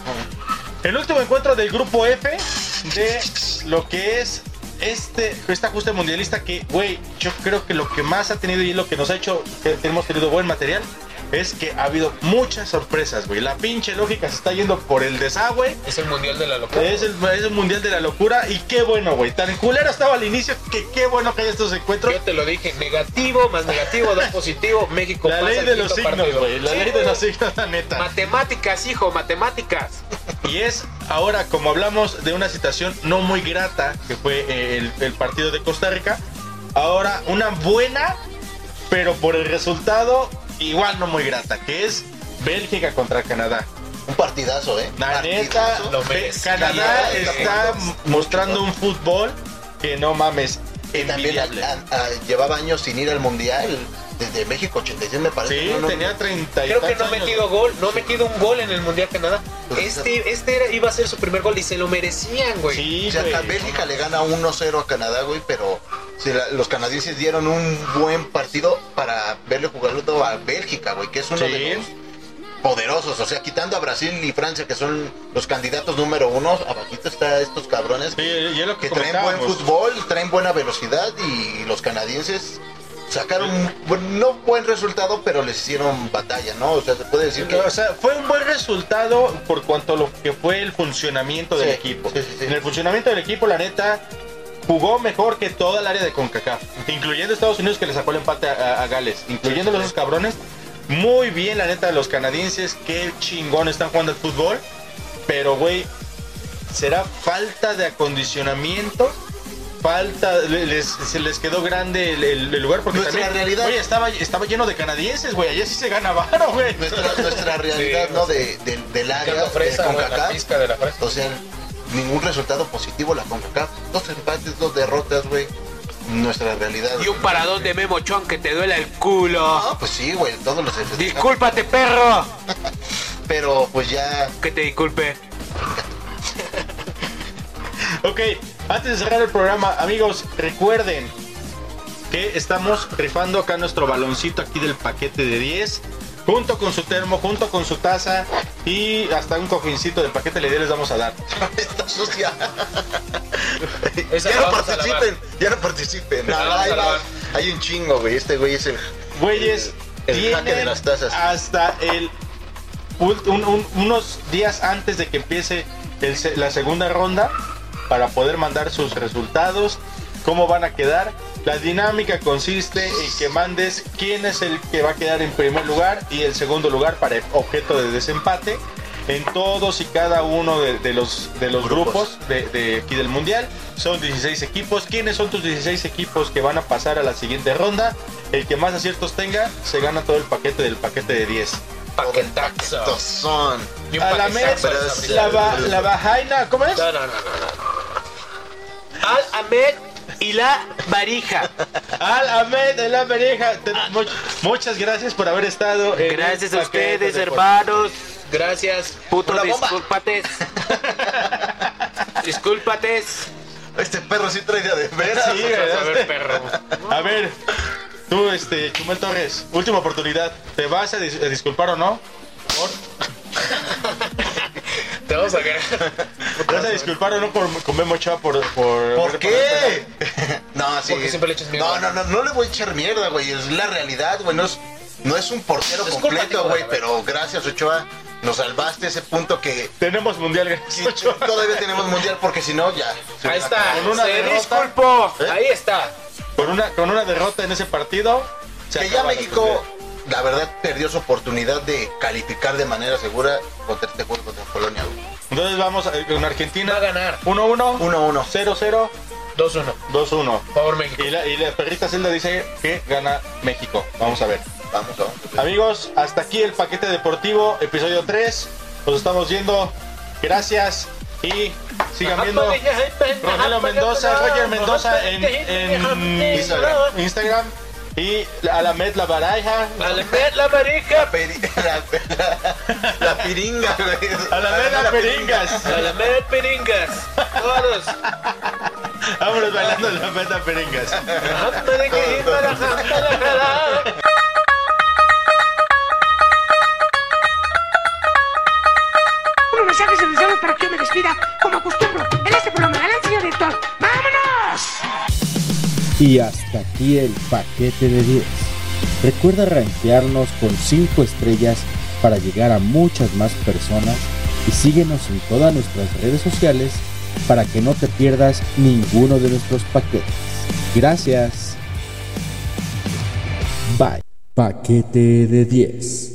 El último encuentro del grupo F de lo que es este, esta justa mundialista que, güey, yo creo que lo que más ha tenido y lo que nos ha hecho que hemos tenido buen material es que ha habido muchas sorpresas, güey. La pinche lógica se está yendo por el desagüe. Es el mundial de la locura. Es el, es el mundial de la locura. Y qué bueno, güey. Tan culero estaba al inicio que qué bueno que haya estos encuentros. Yo te lo dije, negativo más negativo da positivo. México la pasa ley al de los quinto signos, partido. güey. La Sí, ley de los signos, la neta. Matemáticas, hijo, matemáticas. Y es ahora, como hablamos de una situación no muy grata, que fue el, el partido de Costa Rica, ahora una buena, pero por el resultado igual no muy grata, que es Bélgica contra Canadá. Un partidazo, ¿eh? La partidazo. neta, Be- Canadá está mostrando un fútbol que no mames, Y también envidiable. a- a- a- llevaba años sin ir al Mundial. Desde México ochenta y seis me parece. Sí, no, no, tenía treinta y Creo que tantos no ha años. metido gol, no ha metido un gol en el Mundial Canadá. Pues, Este, este era, iba a ser su primer gol y se lo merecían, güey. Sí, O sea, güey. acá Bélgica le gana uno cero a Canadá, güey, pero si la- los canadienses dieron un buen partido para verle jugarlo todo a Bélgica, güey, que es uno Sí. de los poderosos. O sea, quitando a Brasil y Francia, que son los candidatos número uno, abajito está estos cabrones Sí, y es lo que que traen buen comentábamos. fútbol, traen buena velocidad, y los canadienses sacaron un buen- no buen resultado, pero les hicieron batalla, ¿no? O sea, se puede decir que O sea, fue un buen resultado por cuanto a lo que fue el funcionamiento del Sí, equipo. sí, sí, sí. En el funcionamiento del equipo, la neta, jugó mejor que toda el área de CONCACAF, incluyendo Estados Unidos, que le sacó el empate a, a- a Gales, incluyendo los dos cabrones. Muy bien, la neta, de los canadienses, qué chingón están jugando al fútbol. Pero, güey, ¿será falta de acondicionamiento? Falta, le- les, se les quedó grande el, el- el lugar porque Nuestra también, realidad. oye, estaba, estaba lleno de canadienses, güey, allá sí se gana varo, güey. nuestra, nuestra realidad, Sí, ¿no? De, de- del área Picando fresa, de güey, la CONCACAF. pizca de la fresa. O sea, ningún resultado positivo la CONCACAF. Dos empates, dos derrotas, güey. Nuestra realidad. Y un paradón de Memo Chon que te duela el culo. No, pues sí, güey, todos los efectos. Discúlpate, perro. Pero pues ya. Que te disculpe. Ok, antes de cerrar el programa, amigos, recuerden que estamos rifando acá nuestro baloncito aquí del paquete de diez, junto con su termo, junto con su taza y hasta un cojincito del paquete de diez les vamos a dar. Está sucia. Esa ya la no vamos a participen, ya no participen. La No, vamos hay, a lavar. hay un chingo, güey. Este güey es el. Güeyes, El jaque de tienen las tazas. hasta el ult- un- un- unos días antes de que empiece el se- la segunda ronda para poder mandar sus resultados, cómo van a quedar. La dinámica consiste en que mandes quién es el que va a quedar en primer lugar y el segundo lugar para objeto de desempate en todos y cada uno de, de los, de los grupos, Grupos. de, de aquí del mundial. Son dieciséis equipos. ¿Quiénes son tus dieciséis equipos que van a pasar a la siguiente ronda? El que más aciertos tenga se gana todo el paquete del paquete de diez. Paquetazo. Estos son. Y un A la paquetazo med, de pero Sabrina. la, va- la vajaina, ¿cómo es? No, no, no, no, no. Al Ahmed y la Varija. Al Ahmed de la Pareja. Te- much- muchas gracias por haber estado. en Gracias el a paquete ustedes, de- hermanos. Gracias, puto, Una bomba. discúlpates. Discúlpates. Este perro sí trae de veras. Sí, ¿verdad? A ver, perro. A ver, tú, este, Chumel Torres, última oportunidad. ¿Te vas a, dis- a disculpar o no? Por- Te vamos a querer. ¿Te vas a disculpar o no por, con Memo Ochoa por, por... ¿Por qué? No, sí. Porque siempre le echas mierda. No, no, no, no le voy a echar mierda, güey. Es la realidad, güey. No es, no es un portero Discúlpate, completo, güey. güey. Pero gracias, Ochoa. Nos salvaste ese punto que Tenemos mundial, gracias, sí, Ochoa. todavía tenemos mundial, porque si no, ya. se Ahí la está. acabó. Con una Se derrota. disculpó. ¿Eh? Ahí está. Con una, con una derrota en ese partido. se Que ya acaba la México, posibilidad. la verdad, perdió su oportunidad de calificar de manera segura contra este juego contra Polonia, güey. Entonces vamos a- con Argentina. Va a ganar. uno uno. uno uno. cero cero. dos uno. dos uno. Favor México. Y la, y la perrita Zelda dice que gana México. Vamos a ver. Vamos, vamos. Amigos, hasta aquí el paquete deportivo, episodio tres. Nos estamos yendo. Gracias. Y sigan viendo Rogelio Mendoza, Roger Mendoza en, en Instagram. Instagram. Y Alamed La Baraja. Alamed la Varija. Peri- la, la, la piringa, güey. Alamed La Peringas. Alamed Peringas. Todos. Vámonos bailando la meta Peringas. Unos mensajes esenciales para que yo me despida, como acostumbro, en este programa. Adelante, señor director. ¡Vámonos! Y hasta aquí el paquete de diez. Recuerda rankearnos con cinco estrellas para llegar a muchas más personas y síguenos en todas nuestras redes sociales para que no te pierdas ninguno de nuestros paquetes. Gracias. Bye. Paquete de diez.